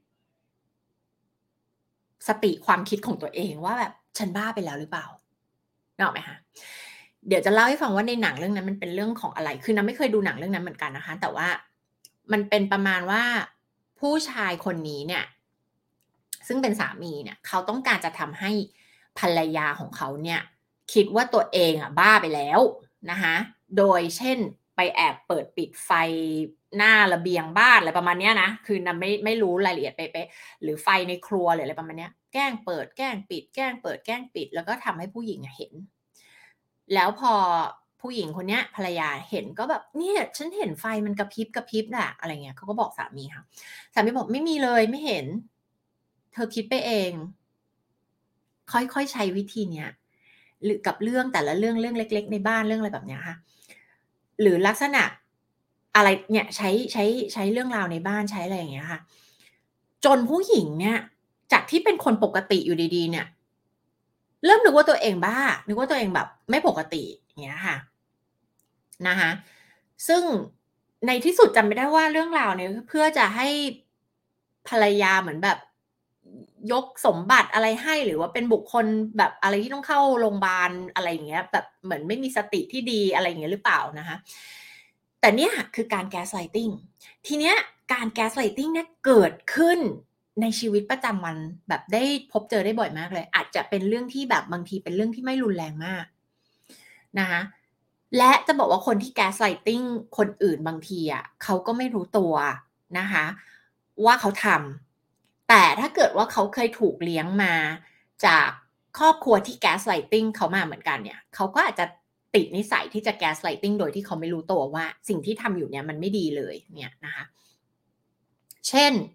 สติความคิดของตัวเองว่าแบบฉันบ้าไปแล้วหรือเปล่านึกออกไหมคะเดี๋ยวจะเล่าให้ฟังว่าในหนังเรื่องนั้นมันเป็นเรื่องของอะไรคือน้ำไม่เคยดูหนังเรื่องนั้นเหมือนกันนะคะแต่ว่ามันเป็นประมาณว่าผู้ชายคนนี้เนี่ยซึ่งเป็นสามีเนี่ยเขาต้องการจะทำให้ภรรยาของเขาเนี่ยคิดว่าตัวเองบ้าไปแล้วนะคะโดยเช่นไปแอบเปิดปิดไฟหน้าระเบียงบ้านอะไรประมาณนี้นะคือน้ำไม่รู้รายละเอียดเป๊ะๆหรือไฟในครัวหรืออะไรประมาณนี้แกล้งเปิดแกล้งปิดแกล้งเปิดแกล้งปิดแล้วก็ทำให้ผู้หญิงเห็นแล้วพอผู้หญิงคนนี้ภรรยาเห็นก็แบบเนี่ยฉันเห็นไฟมันกระพริบน่ะอะไรเงี้ยเขาก็บอกสามีค่ะสามีบอกไม่มีเลยไม่เห็นเธอคิดไปเองค่อยๆใช้วิธีเนี้ยหรือกับเรื่องแต่ละเรื่องเล็กๆในบ้านเรื่องอะไรแบบเนี้ยค่ะหรือลักษณะอะไรเนี่ยใช้เรื่องราวในบ้านใช้อะไรอย่างเงี้ยค่ะจนผู้หญิงเนี่ยจากที่เป็นคนปกติอยู่ดีๆเนี่ยเริ่มนึกว่าตัวเองบ้านึกว่าตัวเองแบบไม่ปกติอย่างเงี้ยค่ะนะคะซึ่งในที่สุดจำไม่ได้ว่าเรื่องราวเนี่ยเพื่อจะให้ภรรยาเหมือนแบบยกสมบัติอะไรให้หรือว่าเป็นบุคคลแบบอะไรที่ต้องเข้าโรงพยาบาลอะไรอย่างเงี้ยแบบเหมือนไม่มีสติที่ดีอะไรอย่างเงี้ยหรือเปล่านะคะแต่เนี่ยคือการ gaslighting ทีเนี้ยการ gaslighting เนี่ยเกิดขึ้นในชีวิตประจำวันแบบได้พบเจอได้บ่อยมากเลยอาจจะเป็นเรื่องที่แบบบางทีเป็นเรื่องที่ไม่รุนแรงมากนะคะและจะบอกว่าคนที่ gaslighting คนอื่นบางทีอะเขาก็ไม่รู้ตัวนะคะว่าเขาทำแต่ถ้าเกิดว่าเขาเคยถูกเลี้ยงมาจากครอบครัวที่ gaslighting เขามาเหมือนกันเนี่ยเขาก็อาจจะติดนิสัยที่จะ gaslighting โดยที่เขาไม่รู้ตัวว่าสิ่งที่ทำอยู่เนี่ยมันไม่ดีเลยเนี่ยนะคะเช่น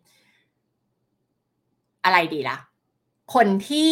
อะไรดีล่ะคนที่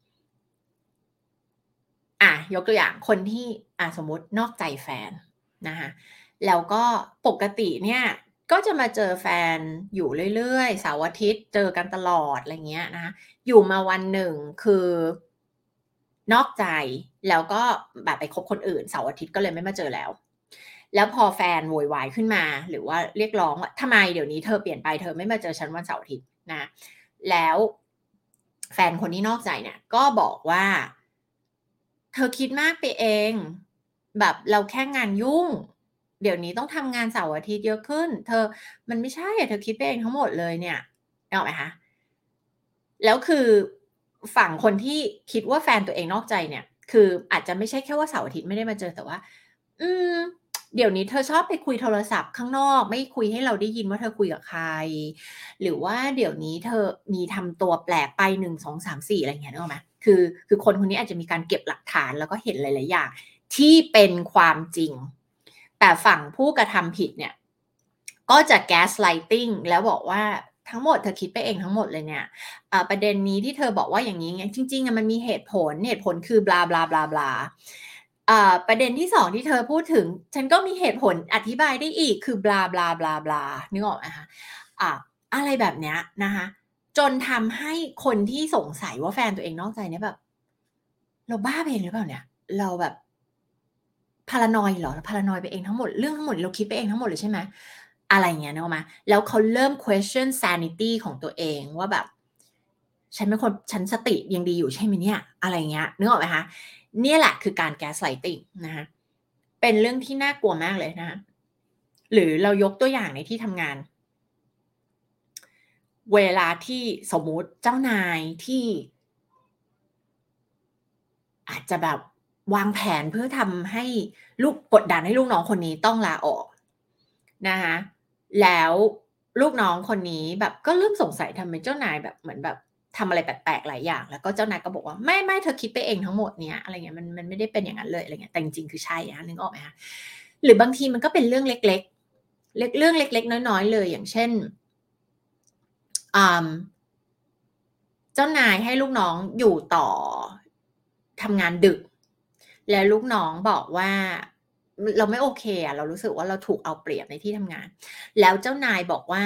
ยกตัวอย่างคนที่สมมุตินอกใจแฟนนะคะแล้วก็ปกติเนี่ยก็จะมาเจอแฟนอยู่เรื่อยๆเสาร์อาทิตย์เจอกันตลอดอะไรเงี้ยนะคะอยู่มาวันหนึ่งคือนอกใจแล้วก็แบบไปคบคนอื่นเสาร์อาทิตย์ก็เลยไม่มาเจอแล้วแล้วพอแฟนโวยวายขึ้นมาหรือว่าเรียกร้องว่าทำไมเดี๋ยวนี้เธอเปลี่ยนไปเธอไม่มาเจอฉันวันเสาร์อาทิตย์นะแล้วแฟนคนที่นอกใจเนี่ยก็บอกว่าเธอคิดมากไปเองแบบเราแค่งานยุ่งเดี๋ยวนี้ต้องทำงานเสาร์อาทิตย์เยอะขึ้นเธอมันไม่ใช่อะเธอคิดไปเองทั้งหมดเลยเนี่ยนึกออกไหมคะแล้วคือฝั่งคนที่คิดว่าแฟนตัวเองนอกใจเนี่ยคืออาจจะไม่ใช่แค่ว่าเสาร์อาทิตย์ไม่ได้มาเจอแต่ว่าอืมเดี๋ยวนี้เธอชอบไปคุยโทรศัพท์ข้างนอกไม่คุยให้เราได้ยินว่าเธอคุยกับใครหรือว่าเดี๋ยวนี้เธอมีทำตัวแปลกไป1 2 3 4อะไรอย่างเงี้ยนึกออกไหมคือคนคนนี้อาจจะมีการเก็บหลักฐานแล้วก็เห็นหลายๆอย่างที่เป็นความจริงแต่ฝั่งผู้กระทำผิดเนี่ยก็จะ gaslighting แล้วบอกว่าทั้งหมดเธอคิดไปเองทั้งหมดเลยเนี่ยประเด็นนี้ที่เธอบอกว่าอย่างนี้ไงจริงๆมันมีเหตุผลคือ blah blah blah blah ประเด็นที่2ที่เธอพูดถึงฉันก็มีเหตุผลอธิบายได้อีกคือ blah blah blah blah นึกออกไหมคะอะไรแบบเนี้ยนะคะจนทำให้คนที่สงสัยว่าแฟนตัวเองนอกใจเนี่ยแบบเราบ้าไปเองหรือเปล่าเนี่ยเราแบบ paranoid เหรอเรา paranoid ไปเองทั้งหมดเรื่องทั้งหมดเราคิดไปเองทั้งหมดเลยใช่ไหมอะไรอย่างเงี้ยนึกออกไหมแล้วเขาเริ่ม question sanity ของตัวเองว่าแบบฉันสติยังดีอยู่ใช่ไหมเนี่ยอะไรอย่างเงี้ยนึกออกไหมคะเนี่ยแหละคือการ gaslighting นะคะเป็นเรื่องที่น่ากลัวมากเลยนะคะหรือเรายกตัวอย่างในที่ทำงานเวลาที่สมมุติเจ้านายที่อาจจะแบบวางแผนเพื่อทำให้กดดันให้ลูกน้องคนนี้ต้องลาออกนะคะแล้วลูกน้องคนนี้แบบก็เริ่มสงสัยทำไมเจ้านายแบบเหมือนแบบทำอะไรแปลกๆหลายอย่างแล้วก็เจ้านายก็บอกว่าไม่เธอคิดไปเองทั้งหมดเนี้ยอะไรเงี้ยมันไม่ได้เป็นอย่างนั้นเลยอะไรเงี้ยแต่จริงๆคือใช่นะนึกออกไหมคะหรือบางทีมันก็เป็นเรื่องเล็กๆเรื่องเล็กๆน้อยๆเลยอย่างเช่นอ่า เจ้านายให้ลูกน้องอยู่ต่อทำงานดึกแล้วลูกน้องบอกว่าเราไม่โอเคอะเรารู้สึกว่าเราถูกเอาเปรียบในที่ทำงานแล้วเจ้านายบอกว่า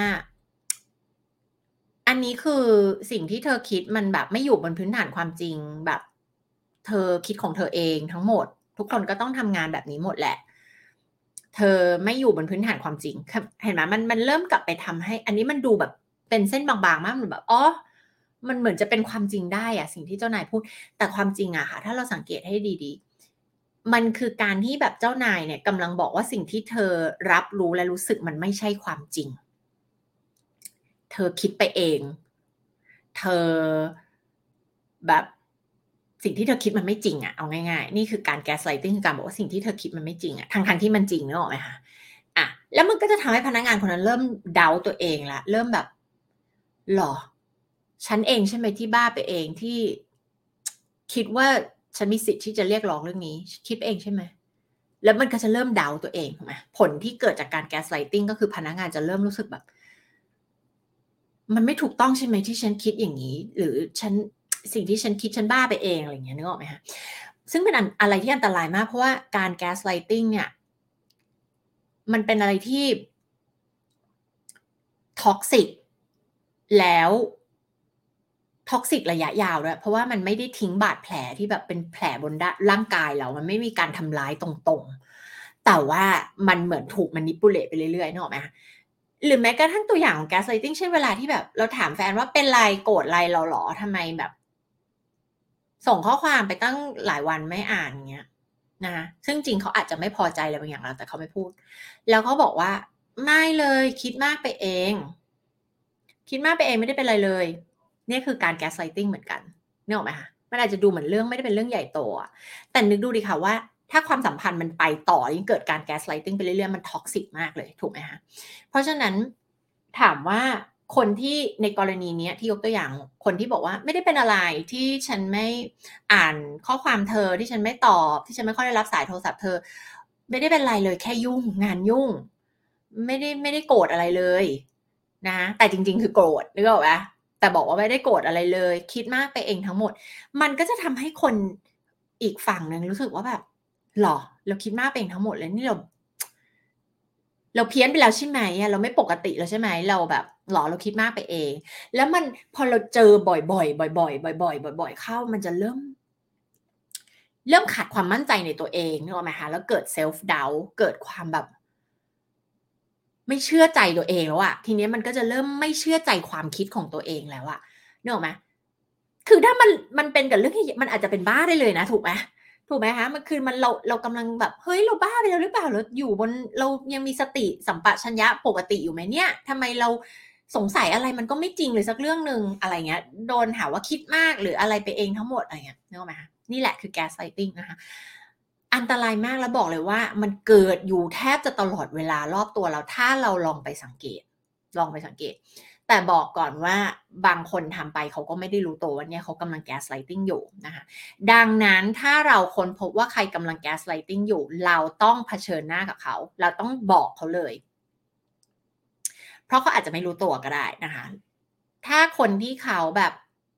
อันนี้คือสิ่งที่เธอคิดมันแบบไม่อยู่บนพื้นฐานความจริงแบบเธอคิดของเธอเองทั้งหมดทุกคนก็ต้องทำงานแบบนี้หมดแหละเธอไม่อยู่บนพื้นฐานความจริงเห็นไหมมันเริ่มกลับไปทำให้อันนี้มันดูแบบเป็นเส้นบางๆมากเหมือนแบบอ๋อ มันเหมือนจะเป็นความจริงได้อะสิ่งที่เจ้านายพูดแต่ความจริงอะค่ะถ้าเราสังเกตให้ดีๆมันคือการที่แบบเจ้านายเนี่ยกำลังบอกว่าสิ่งที่เธอรับรู้และรู้สึกมันไม่ใช่ความจริงเธอคิดไปเองเธอแบบสิ่งที่เธอคิดมันไม่จริงอะเอาง่ายๆนี่คือการ gaslighting คือการบอกว่าสิ่งที่เธอคิดมันไม่จริงอะทั้งๆที่มันจริงนึกออกไหมคะแล้วมันก็จะทำให้พนักงานคนนั้นเริ่ม doubt ตัวเองแล้วเริ่มแบบเหรอฉันเองใช่ไหมที่บ้าไปเองที่คิดว่าฉันมีสิทธิ์ที่จะเรียกร้องเรื่องนี้คิดเองใช่ไหมแล้วมันก็จะเริ่ม doubt ตัวเองถูกไหมผลที่เกิดจากการ gaslighting ก็คือพนักงานจะเริ่มรู้สึกแบบมันไม่ถูกต้องใช่ไหมที่ฉันคิดอย่างนี้หรือสิ่งที่ฉันคิดฉันบ้าไปเองอะไรอย่างเงี้ยนึกออกไหมคะซึ่งเป็นอะไรที่อันตรายมากเพราะว่าการ gaslighting เนี่ยมันเป็นอะไรที่ toxic แล้ว toxic ระยะยาวด้วยเพราะว่ามันไม่ได้ทิ้งบาดแผลที่แบบเป็นแผลบนร่างกายเรามันไม่มีการทำร้ายตรงๆแต่ว่ามันเหมือนถูก manipulate ไปเรื่อยๆนึกออกไหมคะหรือแม้กระทั่งตัวอย่างของ gaslighting เช่นเวลาที่แบบเราถามแฟนว่าเป็นไรโกรธอะไรเราเหรอทำไมแบบส่งข้อความไปตั้งหลายวันไม่อ่านอย่างเงี้ยนะคะซึ่งจริงเขาอาจจะไม่พอใจอะไรบางอย่างเราแต่เขาไม่พูดแล้วเขาบอกว่าไม่เลยคิดมากไปเองคิดมากไปเองไม่ได้เป็นไรเลยเนี่ยคือการ gaslighting เหมือนกันนึกออกไหมคะมันอาจจะดูเหมือนเรื่องไม่ได้เป็นเรื่องใหญ่โตอะแต่นึกดูดิค่ะว่าถ้าความสัมพันธ์มันไปต่อยิ่งเกิดการ gaslighting ไปเรื่อยๆมัน toxic มากเลยถูกไหมคะเพราะฉะนั้นถามว่าคนที่ในกรณีนี้ที่ยกตัวอย่างคนที่บอกว่าไม่ได้เป็นอะไรที่ฉันไม่อ่านข้อความเธอที่ฉันไม่ตอบที่ฉันไม่ค่อยได้รับสายโทรศัพท์เธอไม่ได้เป็นไรเลยแค่ยุ่งงานยุ่งไม่ได้โกรธอะไรเลยนะแต่จริงๆคือโกรธนึกออกไหมแต่บอกว่าไม่ได้โกรธอะไรเลยคิดมากไปเองทั้งหมดมันก็จะทำให้คนอีกฝั่งหนึ่งรู้สึกว่าแบบหรอเราคิดมากไปเองทั้งหมดเลยนี่เราเพี้ยนไปแล้วใช่ไหมเราไม่ปกติแล้วใช่ไหมเราแบบหรอเราคิดมากไปเองแล้วมันพอเราเจอบ่อยๆบ่อยๆบ่อยๆบ่อยๆเข้ามันจะเริ่มขาดความมั่นใจในตัวเองนึกออกไหมคะแล้วเกิด self doubt เกิดความแบบไม่เชื่อใจตัวเองแล้วอะทีนี้มันก็จะเริ่มไม่เชื่อใจความคิดของตัวเองแล้วอะนึกออกไหมคือถ้ามันเป็นกับเรื่องที่มันอาจจะเป็นบ้าได้เลยนะถูกไหมคะมันคือเรากำลังแบบเฮ้ยเราบ้าไปแล้วหรือเปล่าเราอยู่บนเรายังมีสติสัมปชัญญะปกติอยู่ไหมเนี่ยทำไมเราสงสัยอะไรมันก็ไม่จริงเลยสักเรื่องหนึ่งอะไรเงี้ยโดนหาว่าคิดมากหรืออะไรไปเองทั้งหมดอะไรเงี้ยนึกออกไหมคะนี่แหละคือ gaslighting นะคะอันตรายมากแล้วบอกเลยว่ามันเกิดอยู่แทบจะตลอดเวลารอบตัวเราถ้าเราลองไปสังเกตแต่บอกก่อนว่าบางคนทำไปเขาก็ไม่ได้รู้ตัวว่าเนี่ยเขากำลัง gaslighting อยู่นะคะดังนั้นถ้าเราค้นพบว่าใครกำลัง gaslighting อยู่เราต้องเผชิญหน้ากับเขาเราต้องบอกเขาเลยเพราะเขาอาจจะไม่รู้ตัวก็ได้นะคะถ้าคนที่เขาแบบ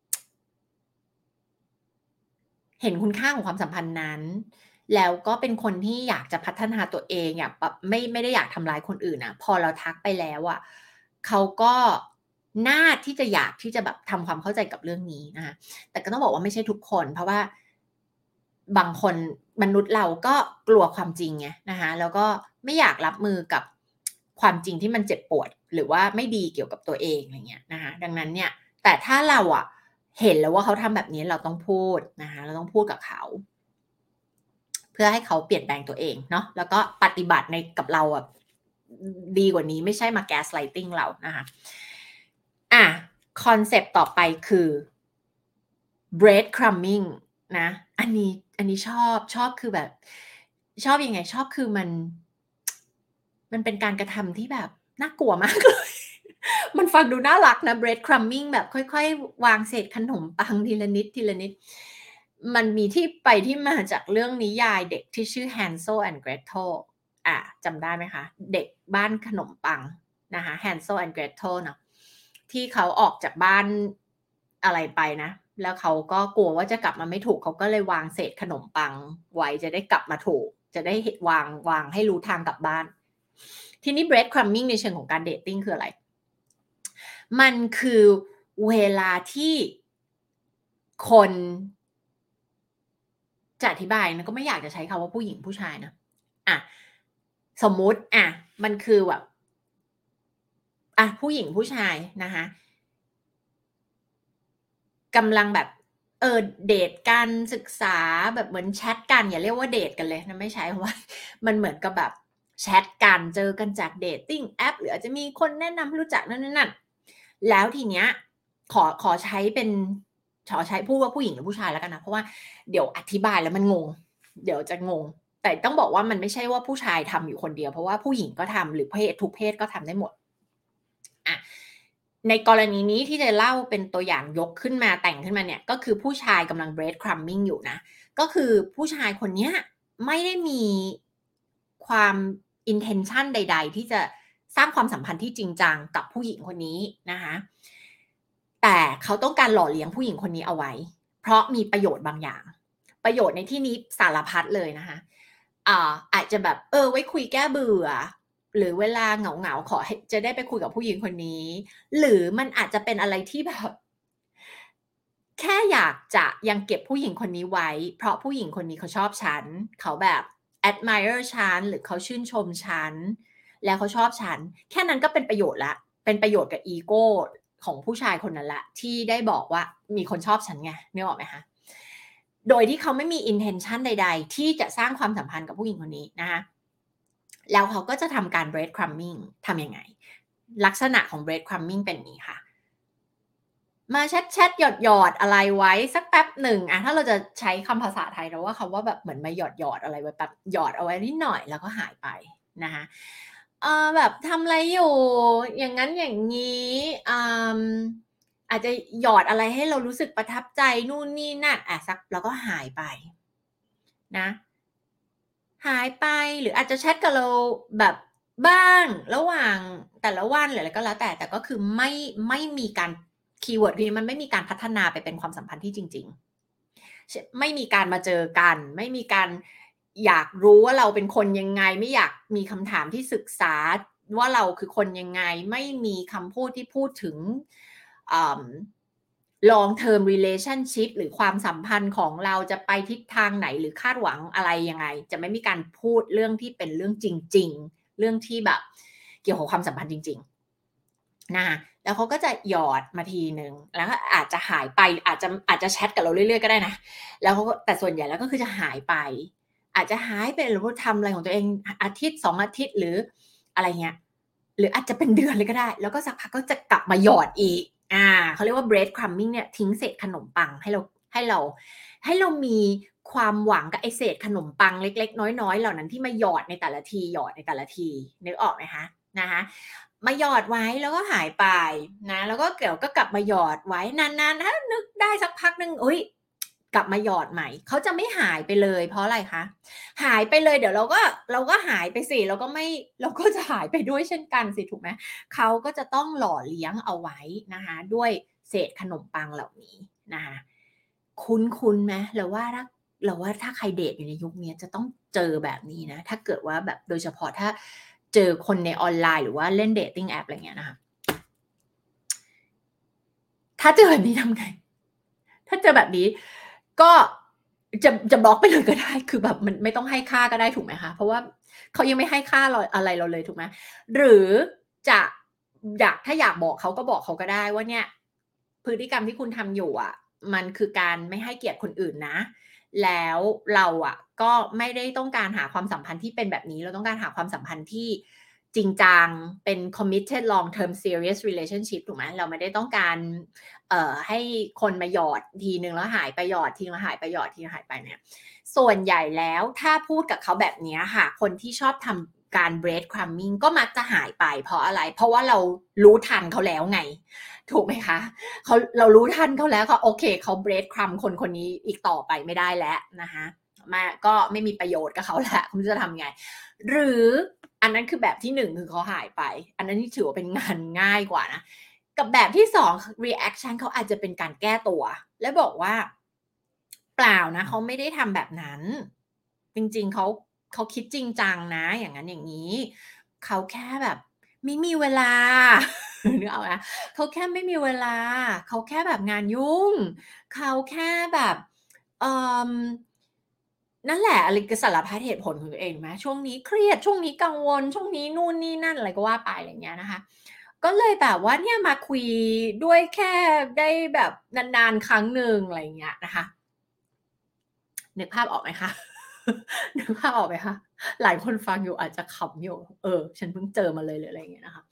เห็นคุณค่าของความสัมพันธ์นั้นแล้วก็เป็นคนที่อยากจะพัฒนาตัวเองอยากแบบไม่ได้อยากทำร้ายคนอื่นนะพอเราทักไปแล้วอะเขาก็น่าที่จะอยากที่จะแบบทำความเข้าใจกับเรื่องนี้นะคะแต่ก็ต้องบอกว่าไม่ใช่ทุกคนเพราะว่าบางคนมนุษย์เราก็กลัวความจริงไงนะคะแล้วก็ไม่อยากรับมือกับความจริงที่มันเจ็บปวดหรือว่าไม่ดีเกี่ยวกับตัวเองอะไรเงี้ยนะคะดังนั้นเนี่ยแต่ถ้าเราอะเห็นแล้วว่าเขาทำแบบนี้เราต้องพูดนะคะเราต้องพูดกับเขาเพื่อให้เขาเปลี่ยนแปลงตัวเองเนาะแล้วก็ปฏิบัติในกับเราอะดีกว่านี้ไม่ใช่มา gaslighting เรานะคะอ่ะคอนเซปต์ต่อไปคือ breadcrumbing นะอันนี้ชอบคือแบบชอบยังไงชอบคือมันเป็นการกระทำที่แบบน่ากลัวมากเลย มันฟังดูน่ารักนะ breadcrumbing แบบค่อยๆวางเศษขนมปังทีละนิดทีละนิดมันมีที่ไปที่มาจากเรื่องนิยายเด็กที่ชื่อ Hansel and Gretel จำได้ไหมคะเด็กบ้านขนมปังนะคะ Hansel and Gretel เนาะที่เขาออกจากบ้านอะไรไปนะแล้วเขาก็กลัวว่าจะกลับมาไม่ถูกเขาก็เลยวางเศษขนมปังไว้จะได้กลับมาถูกจะได้วางให้รู้ทางกลับบ้านทีนี้ breadcrumbing ในเชิงของการเดตติ้งคืออะไรมันคือเวลาที่คนจะอธิบายนะก็ไม่อยากจะใช้คำว่าผู้หญิงผู้ชายนะอะสมมุติมันคือแบบผู้หญิงผู้ชายนะคะกำลังแบบเดทกันศึกษาแบบเหมือนแชทกันอย่าเรียกว่าเดทกันเลยนะไม่ใช่เพราะว่ามันเหมือนกับแบบแชทกันเจอกันจากเดตติ้งแอปหรืออาจจะมีคนแนะนำให้รู้จักนั่นแล้วทีเนี้ยขอใช้เป็นขอใช้พูดว่าผู้หญิงหรือผู้ชายแล้วกันนะเพราะว่าเดี๋ยวอธิบายแล้วมันงงเดี๋ยวจะงงแต่ต้องบอกว่ามันไม่ใช่ว่าผู้ชายทำอยู่คนเดียวเพราะว่าผู้หญิงก็ทำหรือเพศทุกเพศก็ทำได้หมดอะในกรณีนี้ที่จะเล่าเป็นตัวอย่างยกขึ้นมาแต่งขึ้นมาเนี่ยก็คือผู้ชายกำลัง breadcrumbing อยู่นะก็คือผู้ชายคนเนี้ยไม่ได้มีความ intention ใดๆที่จะสร้างความสัมพันธ์ที่จริงจังกับผู้หญิงคนนี้นะคะแต่เขาต้องการหล่อเลี้ยงผู้หญิงคนนี้เอาไว้เพราะมีประโยชน์บางอย่างประโยชน์ในที่นี้สารพัดเลยนะคะอาจจะแบบไว้คุยแก้เบื่อหรือเวลาเหงาๆขอให้จะได้ไปคุยกับผู้หญิงคนนี้หรือมันอาจจะเป็นอะไรที่แบบแค่อยากจะยังเก็บผู้หญิงคนนี้ไว้เพราะผู้หญิงคนนี้เขาชอบฉันเขาแบบ admire ฉันหรือเขาชื่นชมฉันแล้วเขาชอบฉันแค่นั้นก็เป็นประโยชน์แล้วเป็นประโยชน์กับอีโกของผู้ชายคนนั้นละที่ได้บอกว่ามีคนชอบฉันไงนึกออกไหมคะโดยที่เขาไม่มี intention ใดๆที่จะสร้างความสัมพันธ์กับผู้หญิงคนนี้นะคะแล้วเขาก็จะทำการ breadcrumbing ทำยังไงลักษณะของ breadcrumbing เป็นอย่างนี้ค่ะมาแชทหยอดอะไรไว้สักแป๊บหนึ่งถ้าเราจะใช้คำภาษาไทยเราว่าคำว่าแบบเหมือนมาหยอดอะไรไว้แป๊บหยอดเอาไว้นิดหน่อยแล้วก็หายไปนะคะแบบทำอะไรอยู่อย่างนั้นอย่างนี้อาจจะหยอดอะไรให้เรารู้สึกประทับใจนู่นนี่นั่นสักแล้วก็หายไปนะหายไปหรืออาจจะแชทกับเราแบบบ้างระหว่างแต่ละวันหรืออะไรก็แล้วแต่ก็คือไม่มีการคีย์เวิร์ดคือมันไม่มีการพัฒนาไปเป็นความสัมพันธ์ที่จริงๆไม่มีการมาเจอกันไม่มีการอยากรู้ว่าเราเป็นคนยังไงไม่อยากมีคำถามที่ศึกษาว่าเราคือคนยังไงไม่มีคำพูดที่พูดถึงlong term relationship หรือความสัมพันธ์ของเราจะไปทิศทางไหนหรือคาดหวังอะไรยังไงจะไม่มีการพูดเรื่องที่เป็นเรื่องจริงๆเรื่องที่แบบเกี่ยวกับความสัมพันธ์จริงๆนะแล้วเขาก็จะหยอดมาทีนึงแล้วก็อาจจะหายไปอาจจะแชทกับเราเรื่อยๆก็ได้นะแล้วเขาก็แต่ส่วนใหญ่แล้วก็คือจะหายไปอาจจะหายไปหรือว่าทำอะไรของตัวเองอาทิตย์2อาทิตย์หรืออะไรเงี้ยหรืออาจจะเป็นเดือนเลยก็ได้แล้วก็สักพักก็จะกลับมาหยอดอีกเขาเรียกว่า bread crumbing เนี่ยทิ้งเศษขนมปังให้เรามีความหวังกับไอเศษขนมปังเล็กๆน้อยๆเหล่านั้นที่มาหยอดในแต่ละทีหยอดในแต่ละทีนึกออกไหมคะนะคะมาหยอดไว้แล้วก็หายไปนะแล้วก็เกี่ยวก็กลับมาหยอดไว้นานๆถ้านึกได้สักพักนึงกลับมาหยอดใหม่เขาจะไม่หายไปเลยเพราะอะไรคะหายไปเลยเดี๋ยวเราก็หายไปสิเราก็จะหายไปด้วยเช่นกันสิถูกไหมเขาก็จะต้องหล่อเลี้ยงเอาไว้นะคะด้วยเศษขนมปังเหล่านี้นะคะคุ้นไหมเราว่าถ้าใครเดทอยู่ในยุคนี้จะต้องเจอแบบนี้นะถ้าเกิดว่าแบบโดยเฉพาะถ้าเจอคนในออนไลน์หรือว่าเล่นเดทติ้งแอปอะไรเงี้ยนะคะถ้าเจอแบบนี้ทำไงถ้าเจอแบบนี้ก็จะบล็อกไปเลยก็ได้คือแบบมันไม่ต้องให้ค่าก็ได้ถูกไหมคะเพราะว่าเขายังไม่ให้ค่าเราอะไรเราเลยถูกไหมหรือจะถ้าอยากบอกเขาก็บอกเขาก็ได้ว่าเนี่ยพฤติกรรมที่คุณทำอยู่มันคือการไม่ให้เกียรติคนอื่นนะแล้วเราก็ไม่ได้ต้องการหาความสัมพันธ์ที่เป็นแบบนี้เราต้องการหาความสัมพันธ์ที่จริงจังเป็น committed long term serious relationship ถูกไหมเราไม่ได้ต้องการให้คนมาหยอดทีนึงแล้วหายไปหยอดทีนึงแล้วหายไปหยอดทีนึงหายไปเนี่ยส่วนใหญ่แล้วถ้าพูดกับเขาแบบนี้ค่ะคนที่ชอบทำการ bread crumbing ก็มักจะหายไปเพราะอะไรเพราะว่าเรารู้ทันเขาแล้วไงถูกไหมคะเรารู้ทันเขาแล้วเขาโอเคเขา bread crumb คนนี้อีกต่อไปไม่ได้แล้วนะคะก็ไม่มีประโยชน์กับเขาแล้วคุณจะทำไงหรืออันนั้นคือแบบที่1คือเขาหายไปอันนั้นที่ถือว่าเป็นงานง่ายกว่านะกับแบบที่2 reaction เขาอาจจะเป็นการแก้ตัวและบอกว่าเปล่านะเขาไม่ได้ทำแบบนั้นจริงๆเขาคิดจริงจังนะอย่างนั้นอย่างนี้เขาแค่แบบไม่มีเวลา นึกออกไหมเขาแค่ไม่มีเวลาเขาแค่แบบงานยุ่งเขาแค่แบบเอ่อนั่นแหละอะไรก็สารพัดเหตุผลของตัวเองไหมช่วงนี้เครียดช่วงนี้กังวลช่วงนี้นู่นนี่นั่นอะไรก็ว่าไปอะไรอย่างเงี้ยนะคะก็เลยแบบว่าเนี่ยมาคุยด้วยแค่ได้แบบนานๆครั้งหนึ่งอะไรอย่างเงี้ยนะคะนึกภาพออกไหมคะนึกภาพออกไหมคะหลายคนฟังอยู่อาจจะขำอยู่ฉันเพิ่งเจอมาเลยหรืออะไรอย่างเงี้ยนะคะ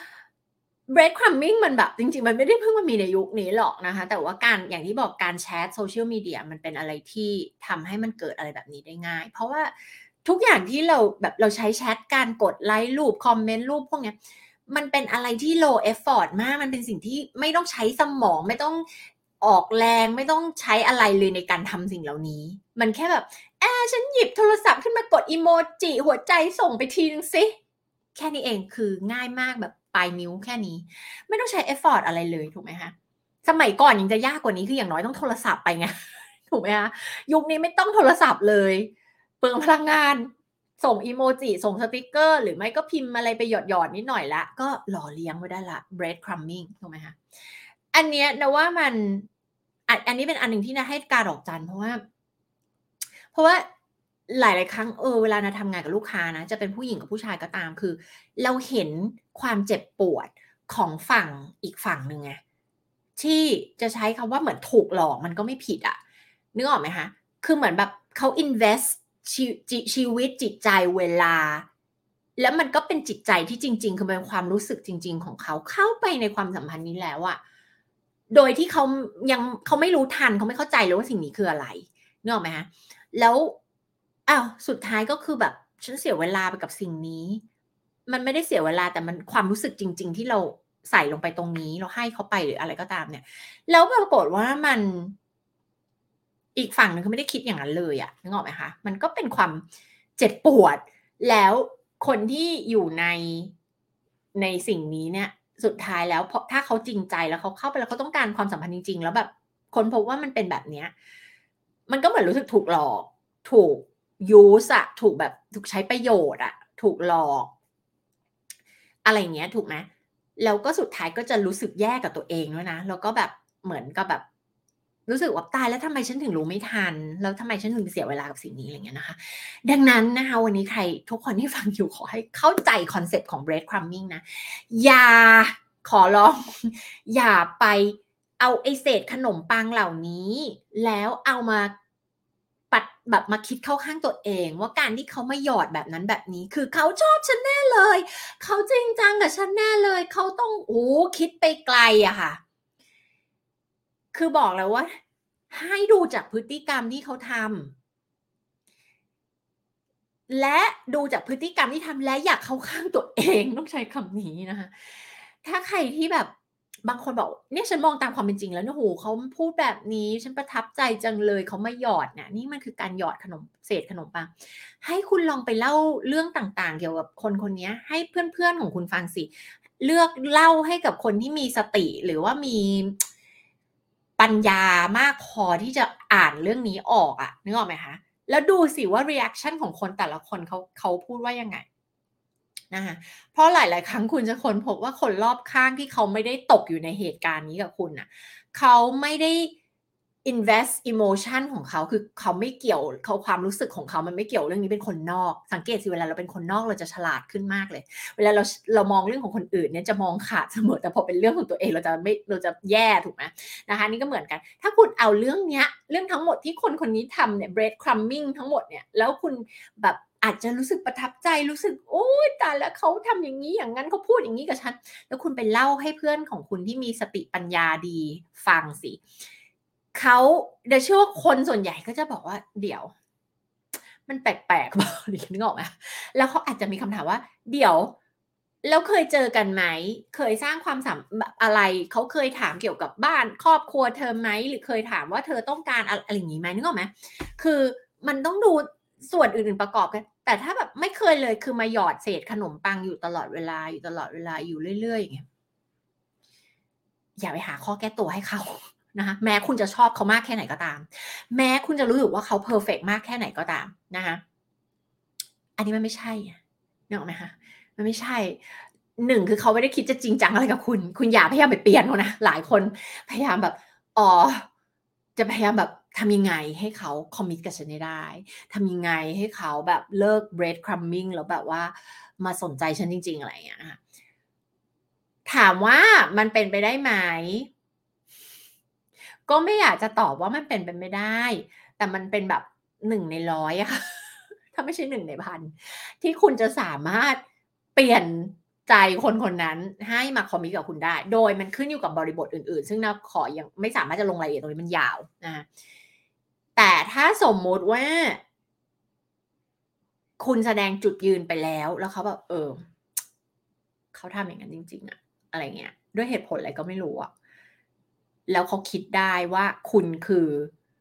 bread crumbing มันแบบจริงๆมันไม่ได้เพิ่งมามีในยุคนี้หรอกนะคะแต่ว่าการอย่างที่บอกการแชท social media มันเป็นอะไรที่ทำให้มันเกิดอะไรแบบนี้ได้ง่ายเพราะว่าทุกอย่างที่เราแบบเราใช้แชทการกดไลค์รูปคอมเมนต์รูปพวกเนี้ยมันเป็นอะไรที่ low effort มากมันเป็นสิ่งที่ไม่ต้องใช้สมองไม่ต้องออกแรงไม่ต้องใช้อะไรเลยในการทำสิ่งเหล่านี้มันแค่แบบฉันหยิบโทรศัพท์ขึ้นมากดอีโมจิหัวใจส่งไปทีนึงสิแค่นี้เองคือง่ายมากแบบปลายนิ้วแค่นี้ไม่ต้องใช้เอฟฟอร์ตอะไรเลยถูกไหมคะสมัยก่อนยังจะยากกว่านี้คืออย่างน้อยต้องโทรศัพท์ไปไงถูกไหมคะยุคนี้ไม่ต้องโทรศัพท์เลยเปลืองพลังงานส่งอีโมจิส่งสติกเกอร์หรือไม่ก็พิมพ์อะไรไปหยอดๆนิดหน่อยละก็หล่อเลี้ยงไว้ได้ละ bread crumbing ถูกไหมคะอันเนี้ยนะว่ามันอันนี้เป็นอันหนึ่งที่นะให้การดอกจันเพราะว่าหลายๆครั้งเวลานะทำงานกับลูกค้านะจะเป็นผู้หญิงกับผู้ชายก็ตามคือเราเห็นความเจ็บปวดของฝั่งอีกฝั่งหนึ่งไงที่จะใช้คำว่าเหมือนถูกหลอกมันก็ไม่ผิดนึกออกไหมคะคือเหมือนแบบเขา invest ชีวิตจิตใจเวลาแล้วมันก็เป็นจิตใจที่จริงๆคือเป็นความรู้สึกจริงๆของเขาเข้าไปในความสัมพันธ์นี้แล้วโดยที่เขาไม่รู้ทันเขาไม่เข้าใจเลยว่าสิ่งนี้คืออะไรนึกออกไหมคะแล้วสุดท้ายก็คือแบบฉันเสียเวลาไปกับสิ่งนี้มันไม่ได้เสียเวลาแต่มันความรู้สึกจริงๆที่เราใส่ลงไปตรงนี้เราให้เขาไปหรืออะไรก็ตามเนี่ยแล้วปรากฏว่ามันอีกฝั่งหนึ่งเขาไม่ได้คิดอย่างนั้นเลยอะนึกออกไหมคะมันก็เป็นความเจ็บปวดแล้วคนที่อยู่ในสิ่งนี้เนี่ยสุดท้ายแล้วถ้าเขาจริงใจแล้วเขาเข้าไปแล้วเขาต้องการความสัมพันธ์จริงๆแล้วแบบค้นพบว่ามันเป็นแบบเนี้ยมันก็เหมือนรู้สึกถูกหลอกถูก use อะถูกแบบถูกใช้ประโยชน์อะถูกหลอกอะไรอย่างเงี้ยถูกไหมแล้วก็สุดท้ายก็จะรู้สึกแย่กับตัวเองด้วยนะแล้วก็แบบเหมือนกับแบบรู้สึกว่าตายแล้วทำไมฉันถึงรู้ไม่ทันแล้วทำไมฉันถึงเสียเวลากับสิ่งนี้อะไรอย่างเงี้ยนะคะดังนั้นนะคะวันนี้ใครทุกคนที่ฟังอยู่ขอให้เข้าใจคอนเซปต์ของ breadcrumbing นะอย่าขอร้องอย่าไปเอาไอ้เศษขนมปังเหล่านี้แล้วเอามาแบบมาคิดเข้าข้างตัวเองว่าการที่เขามาหยอดแบบนั้นแบบนี้คือเขาชอบฉันแน่เลยเขาจริงจังกับฉันแน่เลยเขาต้องคิดไปไกลอะค่ะคือบอกแล้วว่าให้ดูจากพฤติกรรมที่เขาทำและดูจากพฤติกรรมที่ทำและอยากเข้าข้างตัวเองต้องใช้คำนี้นะคะถ้าใครที่แบบบางคนบอกเนี่ยฉันมองตามความเป็นจริงแล้วเนี่ยโอ้โฮเขาพูดแบบนี้ฉันประทับใจจังเลยเขามาหยอดเนี่ยนี่มันคือการหยอดเศษขนมปังให้คุณลองไปเล่าเรื่องต่างๆเกี่ยวกับคนคนเนี้ยให้เพื่อนๆของคุณฟังสิเลือกเล่าให้กับคนที่มีสติหรือว่ามีปัญญามากพอที่จะอ่านเรื่องนี้ออกอะนึกออกไหมคะแล้วดูสิว่า reaction ของคนแต่ละคนเขาพูดว่ายังไงนะคะเพราะหลายๆครั้งคุณจะค้นพบว่าคนรอบข้างที่เขาไม่ได้ตกอยู่ในเหตุการณ์นี้กับคุณน่ะเขาไม่ได้ invest emotion ของเขาคือเขาไม่เกี่ยวเขาความรู้สึกของเขามันไม่เกี่ยวเรื่องนี้เป็นคนนอกสังเกตสิเวลาเราเป็นคนนอกเราจะฉลาดขึ้นมากเลยเวลาเรามองเรื่องของคนอื่นเนี่ยจะมองขาดเสมอแต่พอเป็นเรื่องของตัวเองเราจะแย่ถูกไหมนะคะนี่ก็เหมือนกันถ้าคุณเอาเรื่องเนี้ยเรื่องทั้งหมดที่คนคนนี้ทำเนี่ย breadcrumbing ทั้งหมดเนี่ยแล้วคุณแบบอาจจะรู้สึกประทับใจรู้สึกโอ๊ยตายแล้วเขาทำอย่างงี้อย่างงั้นเขาพูดอย่างงี้กับฉันแล้วคุณไปเล่าให้เพื่อนของคุณที่มีสติปัญญาดีฟังสิเขาเดาเชื่อว่าคนส่วนใหญ่ก็จะบอกว่าเดี๋ยวมันแปลกๆเปล่านึกออกไหมแล้วเขาอาจจะมีคำถามว่าเดี๋ยวแล้วเคยเจอกันไหมเคยสร้างความสัมแบบอะไรเขาเคยถามเกี่ยวกับบ้านครอบครัวเธอไหมหรือเคยถามว่าเธอต้องการอะไรอย่างงี้ไหมนึกออกไหมคือมันต้องดูส่วนอื่นๆประกอบกันแต่ถ้าแบบไม่เคยเลยคือมาหยอดเศษขนมปังอยู่ตลอดเวลาอยู่ตลอดเวลาอยู่เรื่อยๆอย่างเงี้ยอย่าไปหาข้อแก้ตัวให้เขานะคะแม้คุณจะชอบเขามากแค่ไหนก็ตามแม้คุณจะรู้สึกว่าเขาเพอร์เฟกต์มากแค่ไหนก็ตามนะคะอันนี้มันไม่ใช่นึกออกไหมคะมันไม่ใช่1คือเขาไม่ได้คิดจะจริงจังอะไรกับคุณอย่าพยายามไปเปลี่ยนเขานะหลายคนพยายามแบบอ๋อจะพยายามแบบทำยังไงให้เขา commit กับฉันให้ได้ทำยังไงให้เขาแบบเลิก breadcrumbing แล้วแบบว่ามาสนใจฉันจริงๆอะไรอย่างเงี้ยนะคะถามว่ามันเป็นไปได้ไหม ก็ไม่อยากจะตอบว่ามันเป็นไปไม่ได้ แต่มันเป็นแบบ1ใน100อะค่ะถ้าไม่ใช่1ใน1,000ที่คุณจะสามารถเปลี่ยนใจคนคนนั้นให้มาคอมมิตกับคุณได้ โดยมันขึ้นอยู่กับบริบทอื่นๆ ซึ่งเราขอยังไม่สามารถจะลงรายละเอียดตรงนี้มันยาวนะคะแต่ถ้าสมมุติว่าคุณแสดงจุดยืนไปแล้วเขาแบบเขาทำอย่างนั้นจริงๆอะอะไรเงี้ยด้วยเหตุผลอะไรก็ไม่รู้อะแล้วเขาคิดได้ว่าคุณคือ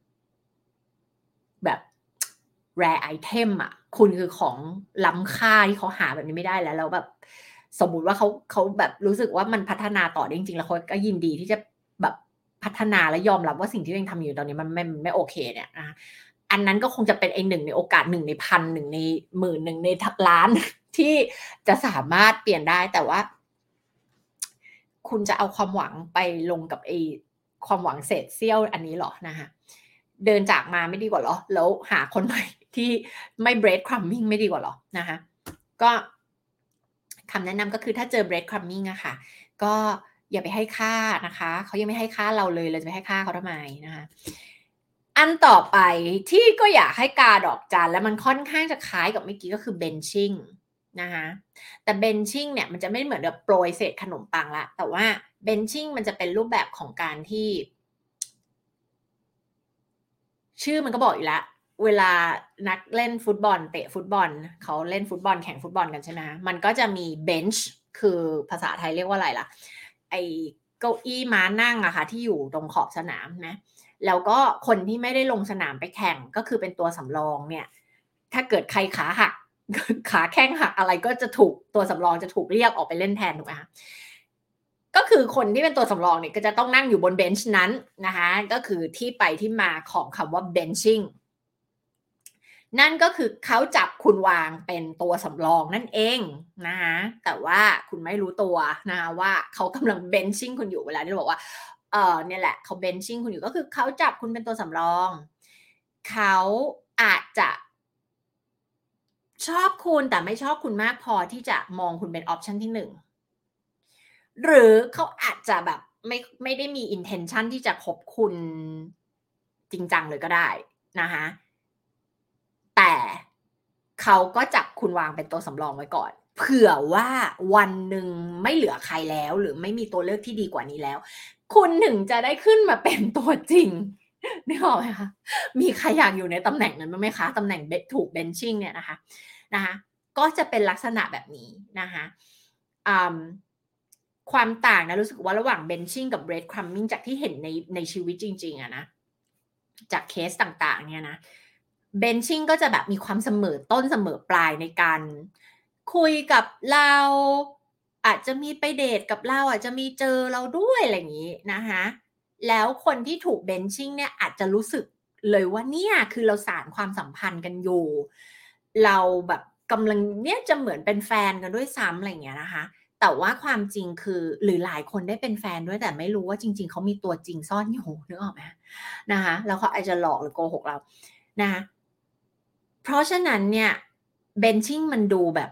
แบบ rare item อะคุณคือของล้ำค่าที่เขาหาแบบนี้ไม่ได้แล้วแบบสมมุติว่าเขาแบบรู้สึกว่ามันพัฒนาต่อได้จริงๆแล้วเขาก็ยินดีที่จะแบบพัฒนาและยอมรับว่าสิ่งที่ตัวเองทำอยู่ตอนนี้มันไม่โอเคเนี่ยนะคะอันนั้นก็คงจะเป็นไอ้1ในโอกาส1ใน1,000 1ใน10,000 1ในล้านที่จะสามารถเปลี่ยนได้แต่ว่าคุณจะเอาความหวังไปลงกับไอ้ความหวังเศษเสี้ยวอันนี้เหรอนะคะเดินจากมาไม่ดีกว่าเหรอแล้วหาคนใหม่ที่ไม่ breadcrumbing ไม่ดีกว่าเหรอนะคะก็คำแนะนำก็คือถ้าเจอ breadcrumbing อะค่ะก็อย่าไปให้ค่านะคะเขายังไม่ให้ค่าเราเลยเราจะไปให้ค่าเขาทำไมนะคะอันต่อไปที่ก็อยากให้กาดอกจันแล้วมันค่อนข้างจะคล้ายกับเมื่อกี้ก็คือ benching นะคะแต่ benching เนี่ยมันจะไม่เหมือนแบบโปรยเศษขนมปังแล้วแต่ว่า benching มันจะเป็นรูปแบบของการที่ชื่อมันก็บอกอยู่แล้วเวลานักเล่นฟุตบอลเตะฟุตบอลเขาเล่นฟุตบอลแข่งฟุตบอลกันใช่ไหมมันก็จะมีเบนช์คือภาษาไทยเรียกว่าอะไรล่ะไอเก้าอี้ม้านั่งอะค่ะที่อยู่ตรงขอบสนามนะแล้วก็คนที่ไม่ได้ลงสนามไปแข่งก็คือเป็นตัวสำรองเนี่ยถ้าเกิดใครขาหักขาแข้งหักอะไรก็จะถูกตัวสำรองจะถูกเรียกออกไปเล่นแทนถูกไหมคะก็คือคนที่เป็นตัวสำรองเนี่ยก็จะต้องนั่งอยู่บนเบนช์นั้นนะคะก็คือที่ไปที่มาของคำว่า benching นั่นก็คือเขาจับคุณวางเป็นตัวสำรองนั่นเองนะคะแต่ว่าคุณไม่รู้ตัวนะคะว่าเขากำลัง benching คุณอยู่เวลาที่เราบอกว่าเนี่ยแหละเขา benching คุณอยู่ก็คือเขาจับคุณเป็นตัวสำรองเขาอาจจะชอบคุณแต่ไม่ชอบคุณมากพอที่จะมองคุณเป็นออปชันที่1หรือเขาอาจจะแบบไม่ได้มี intention ที่จะคบคุณจริงจังเลยก็ได้นะคะแต่เขาก็จับคุณวางเป็นตัวสำรองไว้ก่อนเผื่อว่าวันหนึ่งไม่เหลือใครแล้วหรือไม่มีตัวเลือกที่ดีกว่านี้แล้วคุณถึงจะได้ขึ้นมาเป็นตัวจริงนึกออกไหมคะมีใครอยากอยู่ในตำแหน่งนั้นบ้างไหมคะตำแหน่งถูก benching เนี่ยนะคะก็จะเป็นลักษณะแบบนี้นะคะความต่างนะรู้สึกว่าระหว่าง benching กับ breadcrumbing จากที่เห็นในชีวิตจริงๆอะนะจากเคสต่างๆเนี่ยนะ benching ก็จะแบบมีความเสมอต้นเสมอปลายในการคุยกับเราอาจจะมีไปเดทกับเราอาจจะมีเจอเราด้วยอะไรอย่างนี้นะคะแล้วคนที่ถูก benching เนี่ยอาจจะรู้สึกเลยว่าเนี่ยคือเราสานความสัมพันธ์กันอยู่เราแบบกำลังเนี่ยจะเหมือนเป็นแฟนกันด้วยซ้ำอะไรอย่างเงี้ยนะคะแต่ว่าความจริงคือหรือหลายคนได้เป็นแฟนด้วยแต่ไม่รู้ว่าจริงๆเขามีตัวจริงซ่อนอยู่นึกออกไหมนะคะแล้วเขาอาจจะหลอกหรือโกหกเรานะคะเพราะฉะนั้นเนี่ย benching มันดูแบบ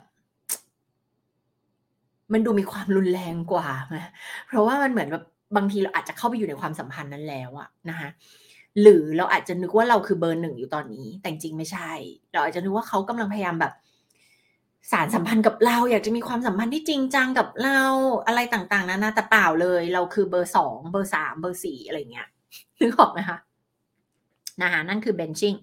มันดูมีความรุนแรงกว่าไหมเพราะว่ามันเหมือนแบบบางทีเราอาจจะเข้าไปอยู่ในความสัมพันธ์นั้นแล้วอะนะคะหรือเราอาจจะนึกว่าเราคือเบอร์1อยู่ตอนนี้แต่จริงๆไม่ใช่เราอาจจะนึกว่าเขากำลังพยายามแบบสานสัมพันธ์กับเราอยากจะมีความสัมพันธ์ที่จริงจังกับเราอะไรต่างๆนานาแต่เปล่าเลยเราคือเบอร์2เบอร์3เบอร์4อะไรอย่างเงี้ยนึกออกไหมคะนะคะนั่นคือ benching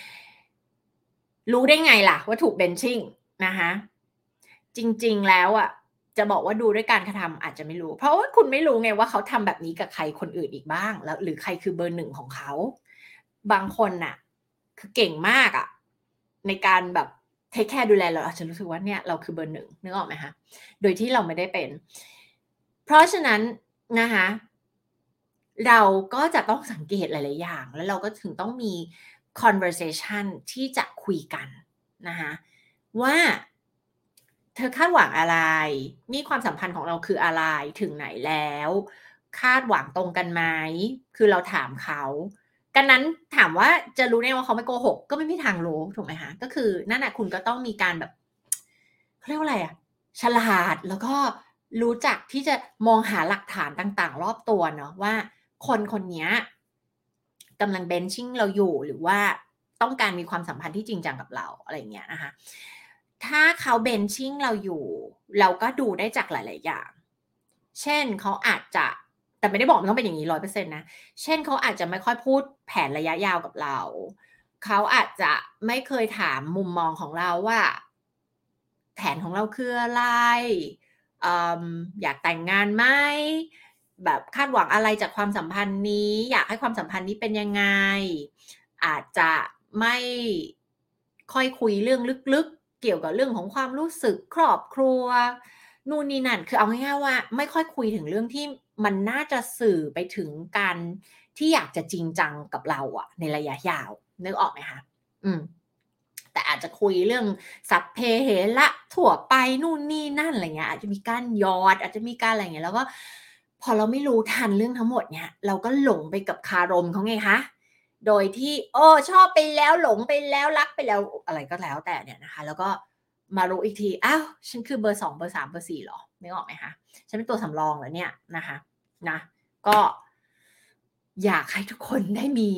รู้ได้ไงล่ะว่าถูก benching นะคะจริงๆแล้วอะจะบอกว่าดูด้วยการกระทำอาจจะไม่รู้เพราะว่าคุณไม่รู้ไงว่าเขาทำแบบนี้กับใครคนอื่นอีกบ้างแล้วหรือใครคือเบอร์1ของเขาบางคนน่ะคือเก่งมากอะในการแบบเทคแคร์ดูแลเราอาจจะรู้สึกว่าเนี่ยเราคือเบอร์1นึกออกไหมคะโดยที่เราไม่ได้เป็นเพราะฉะนั้นนะคะเราก็จะต้องสังเกตหลายๆอย่างแล้วเราก็ถึงต้องมี conversation ที่จะคุยกันนะคะว่าเธอคาดหวังอะไรนี่ความสัมพันธ์ของเราคืออะไรถึงไหนแล้วคาดหวังตรงกันไหมคือเราถามเขากันนั้นถามว่าจะรู้ได้ว่าเขาไม่โกหกก็ไม่มีทางรู้ถูกไหมคะก็คือนั่นแหะคุณก็ต้องมีการแบบเขาเรียกว่าอะไรอะฉลาดแล้วก็รู้จักที่จะมองหาหลักฐานต่างๆรอบตัวเนาะว่าคนคนนี้กำลัง benching เราอยู่หรือว่าต้องการมีความสัมพันธ์ที่จริงจังกับเราอะไรอย่างเงี้ยนะคะถ้าเขา benching เราอยู่เราก็ดูได้จากหลายๆอย่างเช่นเขาอาจจะแต่ไม่ได้บอกมันต้องเป็นอย่างนี้100%นะเช่นเขาอาจจะไม่ค่อยพูดแผนระยะยาวกับเราเขาอาจจะไม่เคยถามมุมมองของเราว่าแผนของเราคืออะไรอยากแต่งงานไหมแบบคาดหวังอะไรจากความสัมพันธ์นี้อยากให้ความสัมพันธ์นี้เป็นยังไงอาจจะไม่ค่อยคุยเรื่องลึกๆเกี่ยวกับเรื่องของความรู้สึกครอบครัวนู่นนี่นั่นคือเอาง่ายๆว่าไม่ค่อยคุยถึงเรื่องที่มันน่าจะสื่อไปถึงการที่อยากจะจริงจังกับเราอะในระยะยาวนึกออกไหมคะอืม แต่อาจจะคุยเรื่องสัพเพเหระทั่วไปนู่นนี่นั่นอะไรเงี้ยอาจจะมีการหยอดอาจจะมีการอะไรเงี้ยแล้วก็พอเราไม่รู้ทันเรื่องทั้งหมดเนี่ยเราก็หลงไปกับคารมเขาไงคะโดยที่ชอบไปแล้วหลงไปแล้วรักไปแล้วอะไรก็แล้วแต่เนี่ยนะคะแล้วก็มารู้อีกทีอ้าวฉันคือเบอร์2เบอร์3เบอร์4เหรอนึกออกไหมคะฉันเป็นตัวสำรองเหรอเนี่ยนะคะนะก็อยากให้ทุกคนได้มี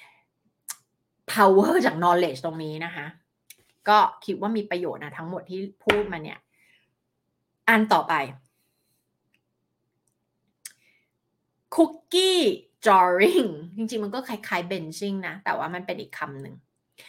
power จาก knowledge ตรงนี้นะคะก็คิดว่ามีประโยชน์นะทั้งหมดที่พูดมาเนี่ยอันต่อไป cookie jarring จริงๆมันก็คล้ายๆ benching นะแต่ว่ามันเป็นอีกคำหนึ่ง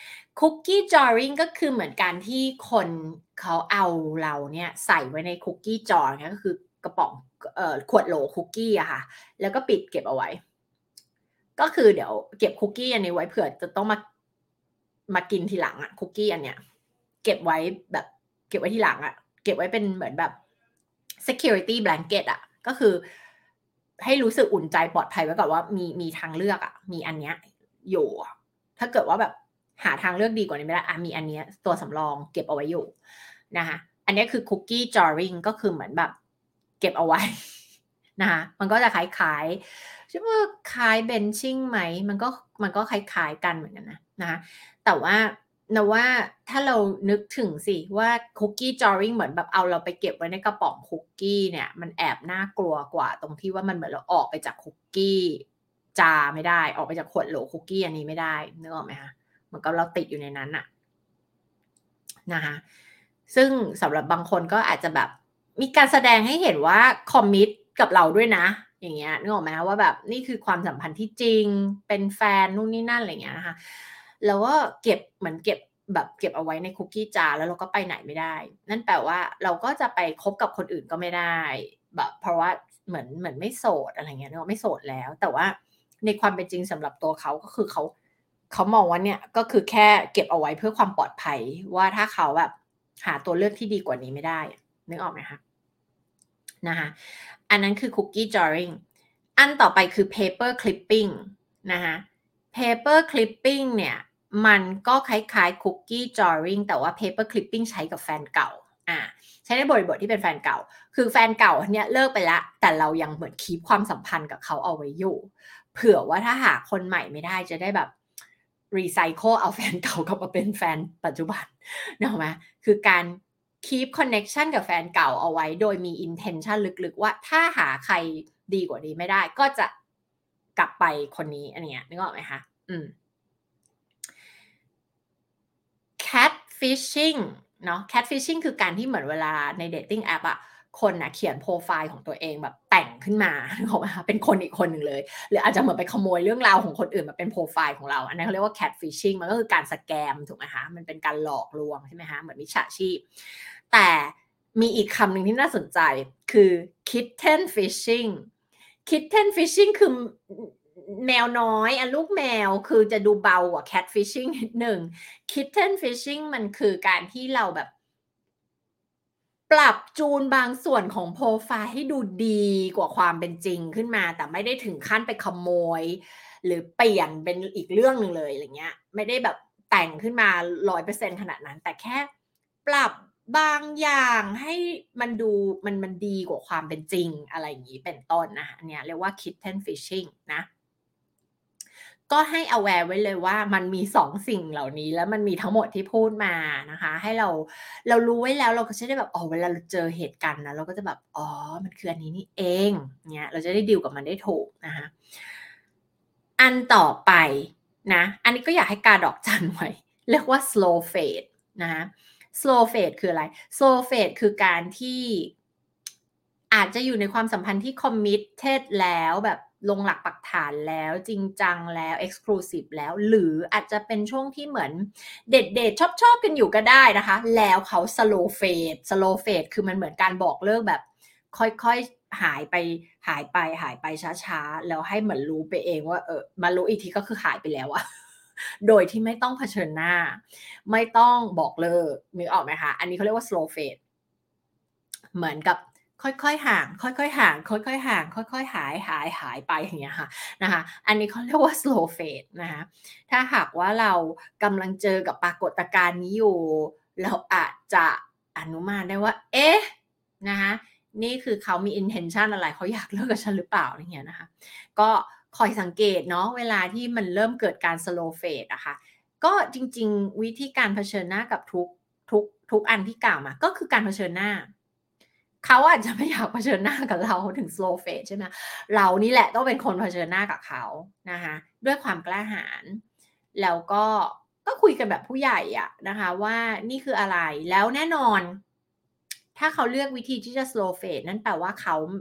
cookie jarring ก็คือเหมือนการที่คนเขาเอาเราเนี่ยใส่ไว้ใน cookie jar เนี่ยก็คือกระป๋องขวดโหลคุกกี้อะค่ะแล้วก็ปิดเก็บเอาไว้ก็คือเดี๋ยวเก็บคุกกี้อันนี้ไว้เผื่อจะต้องมากินทีหลังอะคุกกี้อันเนี้ยเก็บไว้แบบเก็บไว้ทีหลังอะเก็บไว้เป็นเหมือนแบบ security blanket อะก็คือให้รู้สึกอุ่นใจปลอดภัยไว้ก่อนว่ามีทางเลือกอะมีอันเนี้ยอยู่ถ้าเกิดว่าแบบหาทางเลือกดีกว่านี้ไม่ได้มีอันเนี้ยตัวสำรองเก็บเอาไว้อยู่นะคะอันนี้คือ cookie jarring ก็คือเหมือนแบบเก็บเอาไว้นะคะมันก็จะคล้ายๆคิดว่าคล้าย benching ไหมมันก็คล้ายๆกันเหมือนกันนะคะแต่ว่าว่าถ้าเรานึกถึงสิว่า cookie jarring เหมือนแบบเอาเราไปเก็บไว้ในกระป๋องคุกกี้เนี่ยมันแอบน่ากลัวกว่าตรงที่ว่ามันเหมือนเราออกไปจากคุกกี้จาไม่ได้ออกไปจากขวดโหลคุกกี้อันนี้ไม่ได้นึกออกไหมคะเหมือนกับเราติดอยู่ในนั้นน่ะนะคะซึ่งสำหรับบางคนก็อาจจะแบบมีการแสดงให้เห็นว่าคอมมิตกับเราด้วยนะอย่างเงี้ยนึกออกไหมว่าแบบนี่คือความสัมพันธ์ที่จริงเป็นแฟนนู่นนี่นั่นอะไรอย่างเงี้ยนะคะแล้วก็เก็บเหมือนเก็บแบบเก็บเอาไว้ในคุกกี้จาร์แล้วเราก็ไปไหนไม่ได้นั่นแปลว่าเราก็จะไปคบกับคนอื่นก็ไม่ได้แบบเพราะว่าเหมือนไม่โสดอะไรเงี้ยนึกออกไม่โสดแล้วแต่ว่าในความเป็นจริงสำหรับตัวเขาก็คือเขามองว่าเนี่ยก็คือแค่เก็บเอาไว้เพื่อความปลอดภัยว่าถ้าเขาแบบหาตัวเลือกที่ดีกว่านี้ไม่ได้นึกออกไหมคะนะคะอันนั้นคือ cookie jarring อันต่อไปคือ paper clipping นะคะ paper clipping เนี่ยมันก็คล้ายๆ cookie jarring แต่ว่า paper clipping ใช้กับแฟนเก่าใช้ในบริบทที่เป็นแฟนเก่าคือแฟนเก่าเนี่ยเลิกไปแล้วแต่เรายังเหมือนคีปความสัมพันธ์กับเขาเอาไว้อยู่เผื่อว่าถ้าหาคนใหม่ไม่ได้จะได้แบบรีไซเคิลเอาแฟนเก่ากลับมาเป็นแฟนปัจจุบันนึกออกไหมคือการ keep connection กับแฟนเก่าเอาไว้โดยมี intention ลึกๆว่าถ้าหาใครดีกว่านี้ไม่ได้ก็จะกลับไปคนนี้อันเนี้ยนึกออกไหมคะcatfishing เนาะ catfishing คือการที่เหมือนเวลาใน dating app อะคนน่ะเขียนโพรไฟล์ของตัวเองแบบแต่งขึ้นมานึกออกไหมคะเป็นคนอีกคนหนึ่งเลยหรืออาจจะเหมือนไปขโมยเรื่องราวของคนอื่นมาเป็นโพรไฟล์ของเราอันนั้นเขาเรียกว่า catfishing มันก็คือการสแกมถูกไหมคะมันเป็นการหลอกลวงใช่ไหมคะเหมือนมิจฉาชีพแต่มีอีกคำหนึ่งที่น่าสนใจคือ kitten fishing kitten fishing คือแมวน้อยลูกแมวคือจะดูเบากว่า cat fishing นิดหนึ่ง kitten fishing มันคือการที่เราแบบปรับจูนบางส่วนของโพรไฟล์ให้ดูดีกว่าความเป็นจริงขึ้นมาแต่ไม่ได้ถึงขั้นไปขโมยหรือเปลี่ยนเป็นอีกเรื่องหนึ่งเลยอะไรเงี้ยไม่ได้แบบแต่งขึ้นมา 100% ขนาดนั้นแต่แค่ปรับบางอย่างให้มันดูมันดีกว่าความเป็นจริงอะไรอย่างงี้เป็นต้นนะคะอันเนี้ยเรียกว่า kitten fishing นะก็ให้ aware ไว้เลยว่ามันมี2สิ่งเหล่านี้แล้วมันมีทั้งหมดที่พูดมานะคะให้เรารู้ไว้แล้วเราก็จะได้แบบเวลาเราเจอเหตุการณ์นั้นเราก็จะแบบมันคืออันนี้นี่เองเงี้ยเราจะได้ดีลกับมันได้ถูกนะคะอันต่อไปนะอันนี้ก็อยากให้กาดอกจันไว้เรียกว่า slow fade นะคะ slow fade คืออะไร slow fade คือการที่อาจจะอยู่ในความสัมพันธ์ที่ committed แล้วแบบลงหลักปักฐานแล้วจริงจังแล้ว exclusive แล้วหรืออาจจะเป็นช่วงที่เหมือนเดทๆชอบกันอยู่ก็ได้นะคะแล้วเขา slow fade slow fade คือมันเหมือนการบอกเลิกแบบค่อยๆหายไปช้าๆแล้วให้เหมือนรู้ไปเองว่ามารู้อีกทีก็คือหายไปแล้วอะโดยที่ไม่ต้องเผชิญหน้าไม่ต้องบอกเลิกนึกออกไหมคะอันนี้เขาเรียกว่า slow fade เหมือนกับค่อยๆห่างค่อยๆห่างค่อยๆห่างค่อยๆหายไปอย่างเงี้ยค่ะนะคะอันนี้เขาเรียกว่า slow fade นะคะถ้าหากว่าเรากำลังเจอกับปรากฏการณ์นี้อยู่เราอาจจะอนุมานได้ว่าเอ๊ะนะคะนี่คือเขามี intention อะไรเขาอยากเลิกกับฉันหรือเปล่าอย่างเงี้ยนะคะก็คอยสังเกตเนาะเวลาที่มันเริ่มเกิดการ slow fade อะค่ะก็จริงๆวิธีการเผชิญหน้ากับทุกอันที่กล่าวมาก็คือการเผชิญหน้าเขาอาจจะไม่อยากเผชิญหน้ากับเราถึง slow fade ใช่ไหมเรานี่แหละต้องเป็นคนเผชิญหน้ากับเขานะคะด้วยความกล้าหาญแล้วก็คุยกันแบบผู้ใหญ่อะนะคะว่านี่คืออะไรแล้วแน่นอนถ้าเขาเลือกวิธีที่จะ slow fade นั่นแปลว่า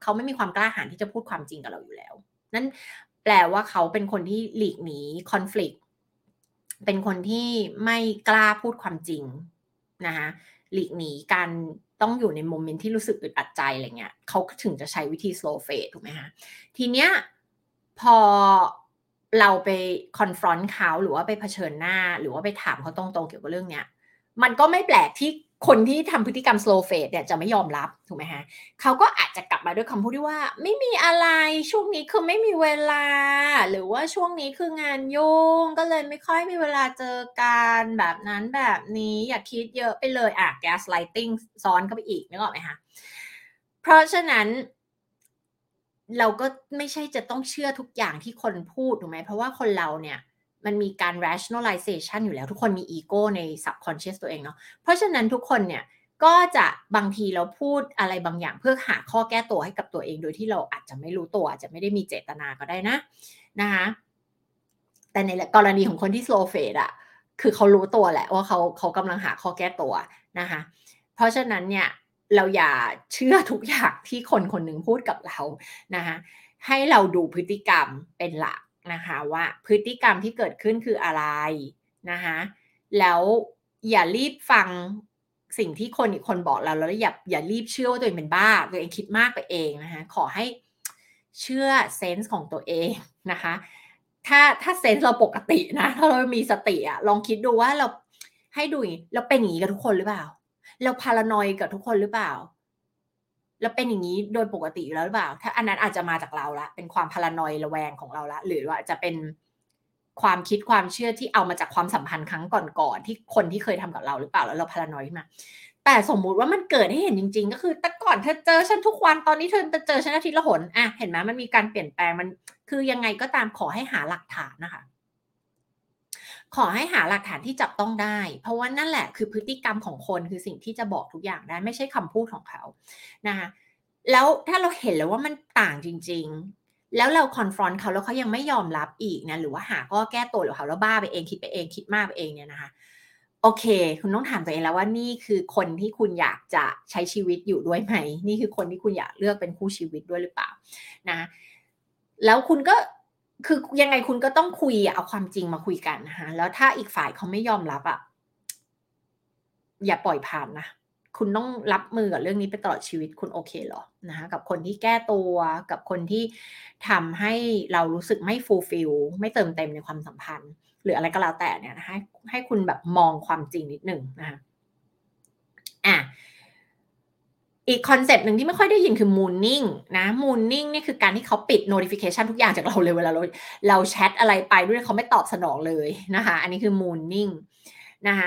เขาไม่มีความกล้าหาญที่จะพูดความจริงกับเราอยู่แล้วนั่นแปลว่าเขาเป็นคนที่หลีกหนี conflict เป็นคนที่ไม่กล้าพูดความจริงนะคะหลีกหนีการต้องอยู่ในโมเมนต์ที่รู้สึกอึดอัดใจอะไรเงี้ยเขาถึงจะใช้วิธี slow fade ถูกไหมคะทีเนี้ยพอเราไป confront เขาหรือว่าไปเผชิญหน้าหรือว่าไปถามเขาตรงๆเกี่ยวกับเรื่องเนี้ยมันก็ไม่แปลกที่คนที่ทำพฤติกรรม slow fade เนี่ยจะไม่ยอมรับถูกไหมคะเขาก็อาจจะกลับมาด้วยคำพูดที่ว่าไม่มีอะไรช่วงนี้คือไม่มีเวลาหรือว่าช่วงนี้คืองานยุ่งก็เลยไม่ค่อยมีเวลาเจอกันแบบนั้นแบบนี้อย่าคิดเยอะไปเลยgaslighting ซ้อนเข้าไปอีกนึกออกไหมคะเพราะฉะนั้นเราก็ไม่ใช่จะต้องเชื่อทุกอย่างที่คนพูดถูกไหมเพราะว่าคนเราเนี่ยมันมีการ rationalization อยู่แล้วทุกคนมีอีโก้ใน subconscious ตัวเองเนาะเพราะฉะนั้นทุกคนเนี่ยก็จะบางทีเราพูดอะไรบางอย่างเพื่อหาข้อแก้ตัวให้กับตัวเองโดยที่เราอาจจะไม่รู้ตัวอาจจะไม่ได้มีเจตนาก็ได้นะนะคะแต่ในกรณีของคนที่ slow fade อะคือเขารู้ตัวแหละว่าเขากำลังหาข้อแก้ตัวนะคะเพราะฉะนั้นเนี่ยเราอย่าเชื่อทุกอย่างที่คนคนหนึ่งพูดกับเรานะคะให้เราดูพฤติกรรมเป็นหลักนะคะว่าพฤติกรรมที่เกิดขึ้นคืออะไรนะคะแล้วอย่ารีบฟังสิ่งที่คนอีกคนบอกเราแล้วอย่ารีบเชื่อว่าตัวเองเป็นบ้าตัวเองคิดมากไปเองนะคะขอให้เชื่อเซนส์ของตัวเองนะคะถ้าเซนส์เราปกตินะถ้าเรามีสติอะลองคิดดูว่าเราให้ดูอย่างนี้เราเป็นอย่างนี้กับทุกคนหรือเปล่าเราพารานอยกับทุกคนหรือเปล่าเราเป็นอย่างนี้โดยปกติอยู่แล้วหรือเปล่าถ้าอันนั้นอาจจะมาจากเราแล้วเป็นความพารานอยระแวงของเราแล้วหรือว่าจะเป็นความคิดความเชื่อที่เอามาจากความสัมพันธ์ครั้งก่อนๆที่คนที่เคยทำกับเราหรือเปล่าแล้วเราพารานอยขึ้นมาแต่สมมุติว่ามันเกิดให้เห็นจริงๆก็คือแต่ก่อนเธอเจอฉันทุกวันตอนนี้เธอจะเจอฉันอาทิตย์ละหนอะเห็นไหมมันมีการเปลี่ยนแปลงมันคือยังไงก็ตามขอให้หาหลักฐานนะคะขอให้หาหลักฐานที่จับต้องได้เพราะว่านั่นแหละคือพฤติกรรมของคนคือสิ่งที่จะบอกทุกอย่างได้ไม่ใช่คำพูดของเขานะคะแล้วถ้าเราเห็นแล้วว่ามันต่างจริงๆแล้วเรา confront เขาแล้วเขายังไม่ยอมรับอีกนะหรือว่าหาข้อแก้ตัวหรือเขาแล้วบ้าไปเองคิดไปเองคิดมากไปเองเนี่ยนะคะโอเคคุณต้องถามตัวเองแล้วว่านี่คือคนที่คุณอยากจะใช้ชีวิตอยู่ด้วยไหมนี่คือคนที่คุณอยากเลือกเป็นคู่ชีวิตด้วยหรือเปล่านะแล้วคุณก็คือยังไงคุณก็ต้องคุยเอาความจริงมาคุยกันนะคะแล้วถ้าอีกฝ่ายเขาไม่ยอมรับอะอย่าปล่อยผ่านนะคุณต้องรับมือกับเรื่องนี้ไปตลอดชีวิตคุณโอเคเหรอนะคะกับคนที่แก้ตัวกับคนที่ทำให้เรารู้สึกไม่ fulfill ไม่เติมเต็มในความสัมพันธ์หรืออะไรก็แล้วแต่เนี่ยนะคะให้คุณแบบมองความจริงนิดหนึ่งนะคะอะ อีกคอนเซปต์หนึ่งที่ไม่ค่อยได้ยินคือ mooning นะ mooning เนี่ยคือการที่เขาปิด notification ทุกอย่างจากเราเลยเวลาเราแชตอะไรไปด้วยเขาไม่ตอบสนองเลยนะคะอันนี้คือ mooning นะคะ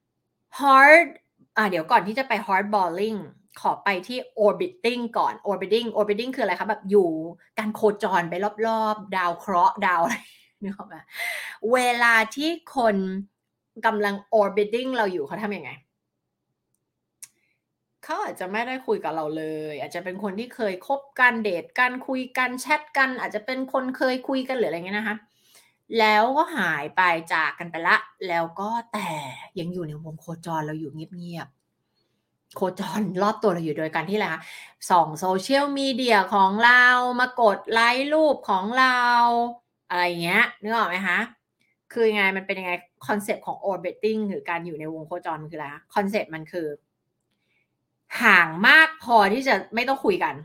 hard เดี๋ยวก่อนที่จะไป hardballing ขอไปที่ orbiting ก่อน orbiting คืออะไรคะแบบอยู่การโคจรไปรอบๆดาวเคราะห์ดาวอะไรนึกออกไหมเวลาที่คนกำลัง orbiting เราอยู่เขาทำยังไง เขาอาจจะไม่ได้คุยกับเราเลยอาจจะเป็นคนที่เคยคบกันเดตกันคุยกันแชตกันอาจจะเป็นคนเคยคุยกันหรืออะไรเงี้ยนะคะแล้วก็หายไปจากกันไปแล้วแล้วก็แต่ยังอยู่ในวงโคจรเราอยู่เงียบๆโคจรรอบตัวเราอยู่โดยการที่อะไรคะส่อง social media ของเรามากดไลก์รูปของเราอะไรอย่างเงี้ยนึกออกไหมคะคือยังไงมันเป็นยังไงคอนเซปต์ของ orbiting หรือการอยู่ในวงโคจรมันคืออะไรคะคอนเซปต์มันคือห่างมากพอที่จะไม่ต้องคุยกัน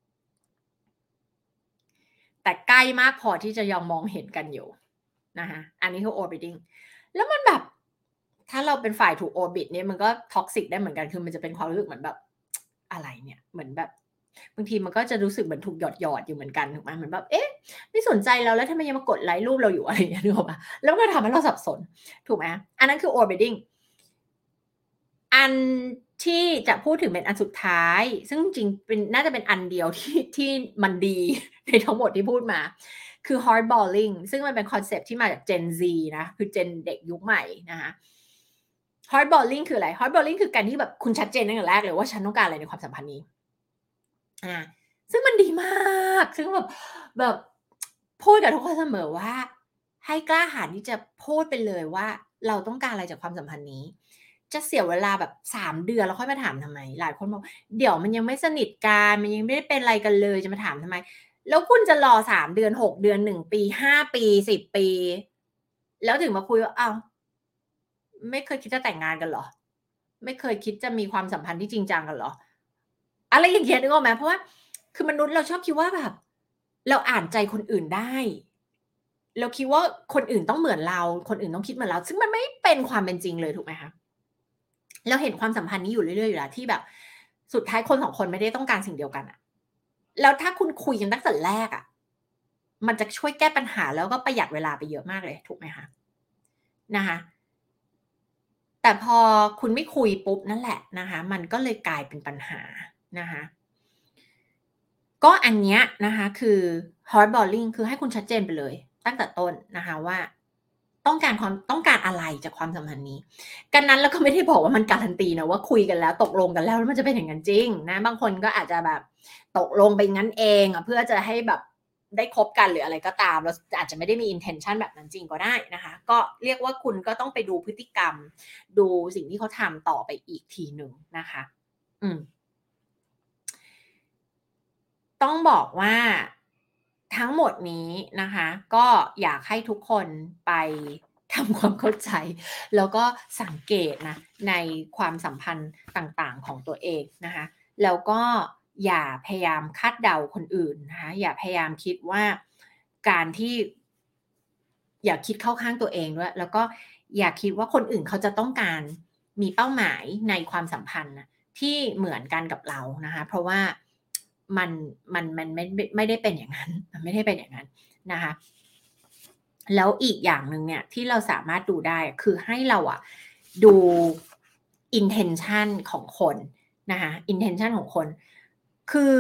แต่ใกล้มากพอที่จะยังมองเห็นกันอยู่นะคะอันนี้คือ orbiting แล้วมันแบบถ้าเราเป็นฝ่ายถูก orbit เนี่ยมันก็ toxic ได้เหมือนกันคือมันจะเป็นความรู้สึกเหมือนแบบอะไรเนี่ยเหมือนแบบบางทีมันก็จะรู้สึกเหมือนถูกหยอดๆอยู่เหมือนกันถูกไหมเหมือนแบบเอ๊ะไม่สนใจเราแล้วทำไมยังมากดไลค์รูปเราอยู่อะไรอย่างเงี้ยนึกออกเปล่าแล้วมันก็ทำให้เราสับสนถูกไหมอันนั้นคือ orbiting อันที่จะพูดถึงเป็นอันสุดท้ายซึ่งจริงๆเป็นน่าจะเป็นอันเดียวที่มันดีในทั้งหมดที่พูดมาคือ hardballing ซึ่งมันเป็นคอนเซปต์ที่มาจาก Gen Z นะคือ Gen เด็กยุคใหม่นะคะ hardballing คืออะไร hardballing คือการที่แบบคุณชัดเจนตั้งแต่แรกเลยว่าฉันต้องการอะไรในความสัมพันธ์นี้ซึ่งมันดีมากซึ่งแบบพูดกับทุกคนเสมอว่าให้กล้าหาญที่จะพูดไปเลยว่าเราต้องการอะไรจากความสัมพันธ์นี้จะเสียเวลาแบบ3เดือนแล้วค่อยมาถามทำไมหลายคนบอกเดี๋ยวมันยังไม่สนิทกันมันยังไม่ได้เป็นอะไรกันเลยจะมาถามทำไมแล้วคุณจะรอ3เดือน6เดือน1ปี5ปี10ปีแล้วถึงมาคุยว่าอ้าวไม่เคยคิดจะแต่งงานกันเหรอไม่เคยคิดจะมีความสัมพันธ์ที่จริงจังกันเหรออะไรอย่างเงี้ยนึกออกไหมเพราะว่าคือมนุษย์เราชอบคิดว่าแบบเราอ่านใจคนอื่นได้เราคิดว่าคนอื่นต้องเหมือนเราคนอื่นต้องคิดเหมือนเราซึ่งมันไม่เป็นความเป็นจริงเลยถูกไหมคะเราเห็นความสัมพันธ์นี้อยู่เรื่อยๆอยู่แล้วที่แบบสุดท้ายคน2คนไม่ได้ต้องการสิ่งเดียวกันอะแล้วถ้าคุณคุยกันตั้งแต่แรกอะมันจะช่วยแก้ปัญหาแล้วก็ประหยัดเวลาไปเยอะมากเลยถูกไหมคะนะคะแต่พอคุณไม่คุยปุ๊บนั่นแหละนะคะมันก็เลยกลายเป็นปัญหานะคะก็อันเนี้ยนะคะคือ hardballing คือให้คุณชัดเจนไปเลยตั้งแต่ต้นนะคะว่าต้องการอะไรจากความสัมพันธ์นี้กันนั้นเราก็ไม่ได้บอกว่ามันการันตีนะว่าคุยกันแล้วตกลงกันแล้วมันจะเป็นอย่างนั้นจริงนะบางคนก็อาจจะแบบตกลงไปงั้นเองอะเพื่อจะให้แบบได้คบกันหรืออะไรก็ตามแล้วอาจจะไม่ได้มี intention แบบนั้นจริงก็ได้นะคะก็เรียกว่าคุณก็ต้องไปดูพฤติกรรมดูสิ่งที่เขาทำต่อไปอีกทีหนึ่งนะคะอืม ต้องบอกว่าทั้งหมดนี้นะคะก็อยากให้ทุกคนไปทำความเข้าใจแล้วก็สังเกตนะในความสัมพันธ์ต่างๆของตัวเองนะคะแล้วก็อย่าพยายามคาดเดาคนอื่นนะคะอย่าพยายามคิดว่าการที่อย่าคิดเข้าข้างตัวเองด้วยแล้วก็อย่าคิดว่าคนอื่นเขาจะต้องการมีเป้าหมายในความสัมพันธ์นะที่เหมือนกันกับเรานะคะเพราะว่ามันไม่ได้เป็นอย่างนั้นมันไม่ได้เป็นอย่างนั้นนะคะแล้วอีกอย่างหนึ่งเนี่ยที่เราสามารถดูได้คือให้เราอะดู intention ของคนนะคะ intention ของคนคือ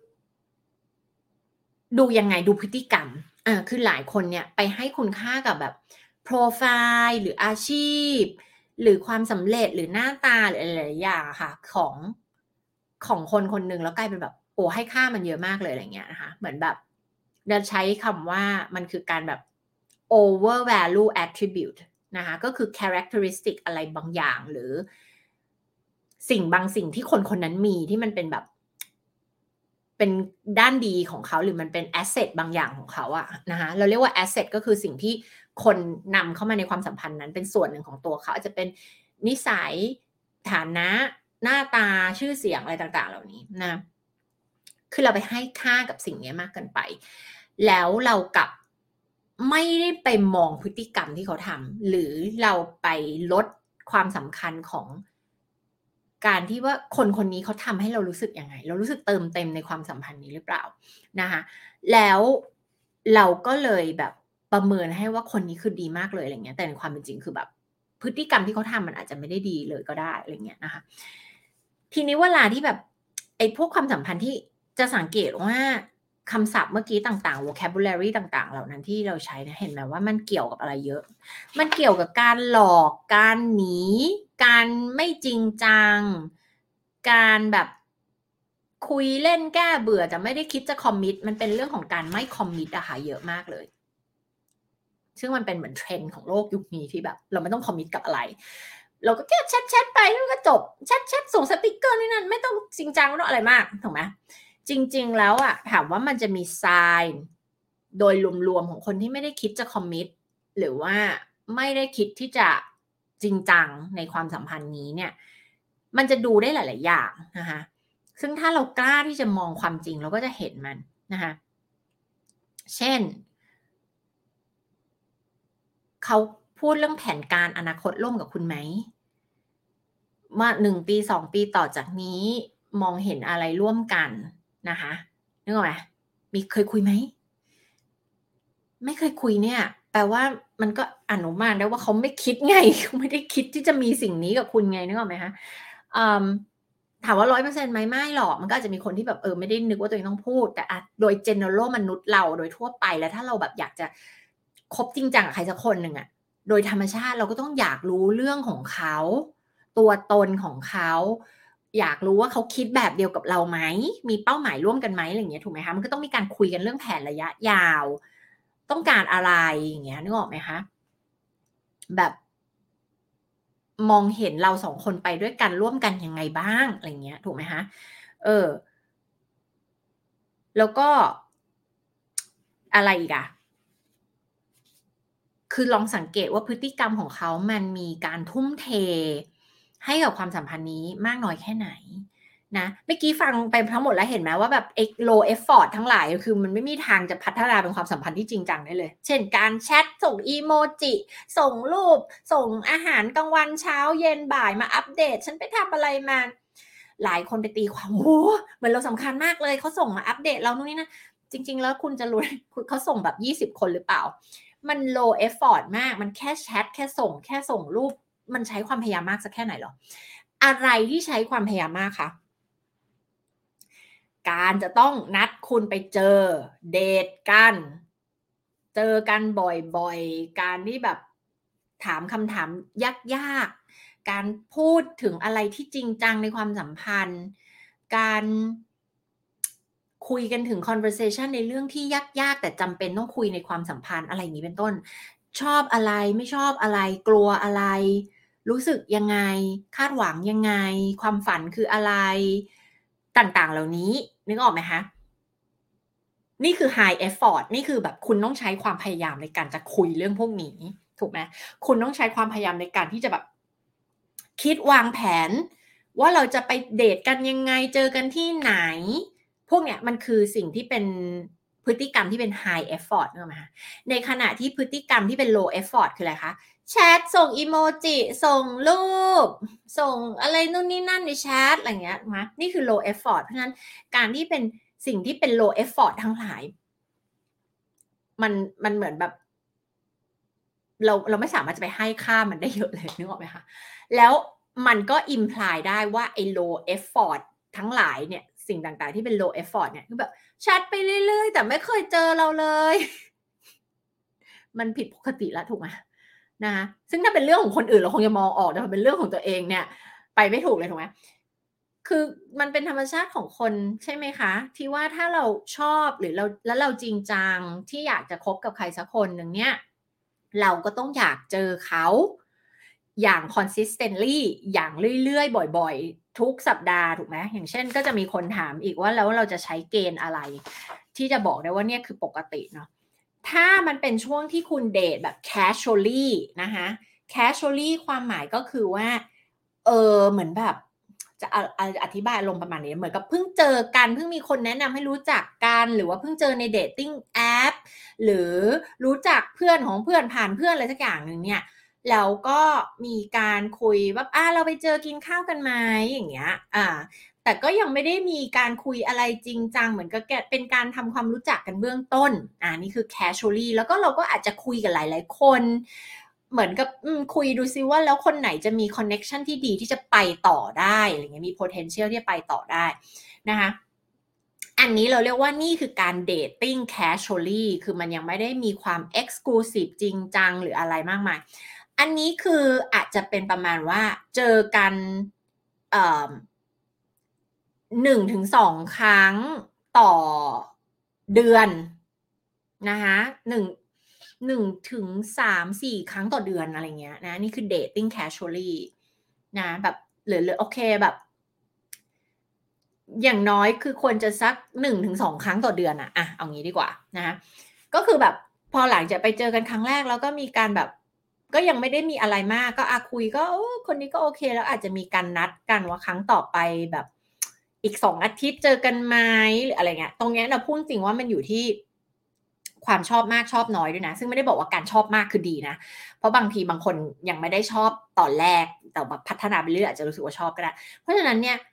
ดูยังไงดูพฤติกรรมคือหลายคนเนี่ยไปให้คุณค่ากับแบบโพรไฟล์หรืออาชีพหรือความสำเร็จหรือหน้าตาหรืออะไรหลายๆอย่างอะค่ะของคนคนหนึ่งแล้วกลายเป็นแบบโอ้ให้ค่ามันเยอะมากเลยอะไรเงี้ยนะคะเหมือนแบบจะใช้คำว่ามันคือการแบบ over value attribute นะคะก็คือ characteristic อะไรบางอย่างหรือสิ่งบางสิ่งที่คนคนนั้นมีที่มันเป็นแบบเป็นด้านดีของเขาหรือมันเป็นแอสเซทบางอย่างของเขาอะนะคะเราเรียกว่าแอสเซทก็คือสิ่งที่คนนำเข้ามาในความสัมพันธ์นั้นเป็นส่วนหนึ่งของตัวเขาอาจจะเป็นนิสัยฐานะหน้าตาชื่อเสียงอะไรต่างๆเหล่านี้นะคือเราไปให้ค่ากับสิ่งนี้มากเกินไปแล้วเรากลับไม่ได้ไปมองพฤติกรรมที่เขาทำหรือเราไปลดความสำคัญของการที่ว่าคนคนนี้เขาทำให้เรารู้สึกยังไงเรารู้สึกเติมเต็มในความสัมพันธ์นี้หรือเปล่านะคะแล้วเราก็เลยแบบประเมินให้ว่าคนนี้คือดีมากเลยอะไรเงี้ยแต่ในความเป็นจริงคือแบบพฤติกรรมที่เขาทำมันอาจจะไม่ได้ดีเลยก็ได้อะไรเงี้ยนะคะทีนี้เวลาที่แบบไอ้พวกความสัมพันธ์ที่จะสังเกตว่าคำศัพท์เมื่อกี้ต่างๆ vocabulary ต่างๆเหล่านั้นที่เราใช้เนี่ยเห็นไหมว่ามันเกี่ยวกับอะไรเยอะ มันเกี่ยวกับการหลอก การหนี การไม่จริงจัง การแบบคุยเล่นแก้เบื่อแต่ไม่ได้คิดจะคอมมิตมันเป็นเรื่องของการไม่คอมมิตอะค่ะเยอะมากเลย ซึ่งมันเป็นเหมือนเทรนด์ของโลกยุคนี้ที่แบบเราไม่ต้องคอมมิตกับอะไร เราก็แค่แชทไปแล้วก็จบแชทส่งสติกเกอร์นี่นั่นไม่ต้องจริงจังไม่ต้องอะไรมากถูกไหมจริงๆแล้วอะถามว่ามันจะมีไซน์โดยรวมๆของคนที่ไม่ได้คิดจะคอมมิตหรือว่าไม่ได้คิดที่จะจริงจังในความสัมพันธ์นี้เนี่ยมันจะดูได้หลายๆอย่างนะคะซึ่งถ้าเรากล้าที่จะมองความจริงเราก็จะเห็นมันนะคะเช่น เขาพูดเรื่องแผนการอนาคตร่วมกับคุณไหมว่า1ปี2ปีต่อจากนี้มองเห็นอะไรร่วมกันนะคะนึกออกไหมมีเคยคุยไหมไม่เคยคุยเนี่ยแปลว่ามันก็อนุมานได้ว่าเขาไม่คิดไงเขาไม่ได้คิดที่จะมีสิ่งนี้กับคุณไงนึกออกไหมคะอ่าถามว่า100%ไหมไม่หรอกมันก็อาจจะมีคนที่แบบไม่ได้นึกว่าตัวเองต้องพูดแต่โดย general มนุษย์เราโดยทั่วไปแล้วถ้าเราแบบอยากจะคบจริงจังกับใครสักคนหนึ่งอะโดยธรรมชาติเราก็ต้องอยากรู้เรื่องของเขาตัวตนของเขาอยากรู้ว่าเขาคิดแบบเดียวกับเราไหมมีเป้าหมายร่วมกันไหมอะไรอย่างเงี้ยถูกไหมคะมันก็ต้องมีการคุยกันเรื่องแผนระยะยาวต้องการอะไรอย่างเงี้ยนึกออกไหมคะแบบมองเห็นเราสองคนไปด้วยกันร่วมกันยังไงบ้างอะไรเงี้ยถูกไหมคะแล้วก็อะไรอีกอะคือลองสังเกตว่าพฤติกรรมของเขามันมีการทุ่มเทให้กับความสัมพันธ์นี้มากน้อยแค่ไหนนะเมื่อกี้ฟังไปทั้งหมดแล้วเห็นไหมว่าแบบ low effort ทั้งหลายคือมันไม่มีทางจะพัฒนาเป็นความสัมพันธ์ที่จริงจังได้เลยเช่นการแชทส่งอีโมจิส่งรูปส่งอาหารกลางวันเช้าเย็นบ่ายมาอัปเดตฉันไปทำอะไรมาหลายคนไปตีความโอ้เหมือนเราสำคัญมากเลยเขาส่งมาอัปเดตเรานู่นนี่นะจริงๆแล้วคุณจะรู้เขาส่งแบบ20คนหรือเปล่ามัน low effort มากมันแค่แชทแค่ส่งรูปมันใช้ความพยายามมากสักแค่ไหนหรออะไรที่ใช้ความพยายามมากคะการจะต้องนัดคุณไปเจอเดทกันเจอกันบ่อยๆการที่แบบถามคำถามยากๆการพูดถึงอะไรที่จริงจังในความสัมพันธ์การคุยกันถึง conversation ในเรื่องที่ยากๆแต่จำเป็นต้องคุยในความสัมพันธ์อะไรอย่างนี้เป็นต้นชอบอะไรไม่ชอบอะไรกลัวอะไรรู้สึกยังไงคาดหวังยังไงความฝันคืออะไรต่างๆเหล่านี้นึกออกไหมคะนี่คือ high effort นี่คือแบบคุณต้องใช้ความพยายามในการจะคุยเรื่องพวกนี้ถูกไหมคุณต้องใช้ความพยายามในการที่จะแบบคิดวางแผนว่าเราจะไปเดทกันยังไงเจอกันที่ไหนพวกเนี้ยมันคือสิ่งที่เป็นพฤติกรรมที่เป็น high effort นึกออกไหมคะในขณะที่พฤติกรรมที่เป็น low effort คืออะไรคะแชทส่งอีโมจิส่งรูปส่งอะไรนู่นนี่นั่นในแชทอะไรเงี้ยนะนี่คือ low effort เพราะฉะนั้นการที่เป็นสิ่งที่เป็น low effort ทั้งหลายมันเหมือนแบบเราไม่สามารถจะไปให้ค่ามันได้เยอะเลยนึกออกไหมคะแล้วมันก็ imply ได้ว่าไอ้ low effort ทั้งหลายเนี่ยสิ่งต่างๆที่เป็น low effort เนี่ยคือแบบแชทไปเรื่อยๆแต่ไม่เคยเจอเราเลยมันผิดปกติแล้วถูกไหมนะคะซึ่งถ้าเป็นเรื่องของคนอื่นเราคงจะมองออกแต่พอเป็นเรื่องของตัวเองเนี่ยไปไม่ถูกเลยถูกไหมคือมันเป็นธรรมชาติของคนใช่ไหมคะที่ว่าถ้าเราชอบหรือเราจริงจังที่อยากจะคบกับใครสักคนหนึ่งเนี่ยเราก็ต้องอยากเจอเขาอย่าง consistently อย่างเรื่อยๆบ่อยๆทุกสัปดาห์ถูกไหมอย่างเช่นก็จะมีคนถามอีกว่าแล้วเราจะใช้เกณฑ์อะไรที่จะบอกได้ว่าเนี่ยคือปกติเนาะ ถ้ามันเป็นช่วงที่คุณเดทแบบ casually นะคะ casually ความหมายก็คือว่าเหมือนแบบจะอธิบายอารมณ์ประมาณนี้เหมือนกับเพิ่งเจอกันเพิ่งมีคนแนะนำให้รู้จักกันหรือว่าเพิ่งเจอใน dating app หรือรู้จักเพื่อนของเพื่อนผ่านเพื่อนอะไรสักอย่างหนึ่งเนี่ยแล้วก็มีการคุยว่าเราไปเจอกินข้าวกันไหมอย่างเงี้ยแต่ก็ยังไม่ได้มีการคุยอะไรจริงจังเหมือนกับเป็นการทำความรู้จักกันเบื้องต้นนี่คือ casually แล้วก็เราก็อาจจะคุยกับหลายๆคนเหมือนกับคุยดูซิว่าแล้วคนไหนจะมี connection ที่ดีที่จะไปต่อได้อะไรเงี้ยมี potential ที่จะไปต่อได้นะคะอันนี้เราเรียกว่านี่คือการ dating casually คือมันยังไม่ได้มีความ exclusive จริงจังหรืออะไรมากมายอันนี้คืออาจจะเป็นประมาณว่าเจอกัน1-2 ครั้งต่อเดือนนะคะ1-3-4 ครั้งต่อเดือนอะไรเงี้ยนะนี่คือ dating casually นะแบบหรือโอเคแบบอย่างน้อยคือควรจะสัก1-2 ครั้งต่อเดือนอะเอางี้ดีกว่านะคะก็คือแบบพอหลังจากไปเจอกันครั้งแรกแล้วก็มีการแบบก็ยังไม่ได้มีอะไรมากก็คุยก็คนนี้ก็โอเคแล้วอาจจะมีการนัดกันว่าครั้งต่อไปแบบอีก2 อาทิตย์เจอกันไหมหรืออะไรเงี้ยตรงเนี้ยเราพูดจริงว่ามันอยู่ที่ความชอบมากชอบน้อยด้วยนะซึ่งไม่ได้บอกว่าการชอบมากคือดีนะเพราะบางทีบางคนยังไม่ได้ชอบตอนแรกแต่แบบพัฒนาไปเรื่อยอาจจะรู้สึกว่าชอบก็ได้เพราะฉะนั้นเนี่ย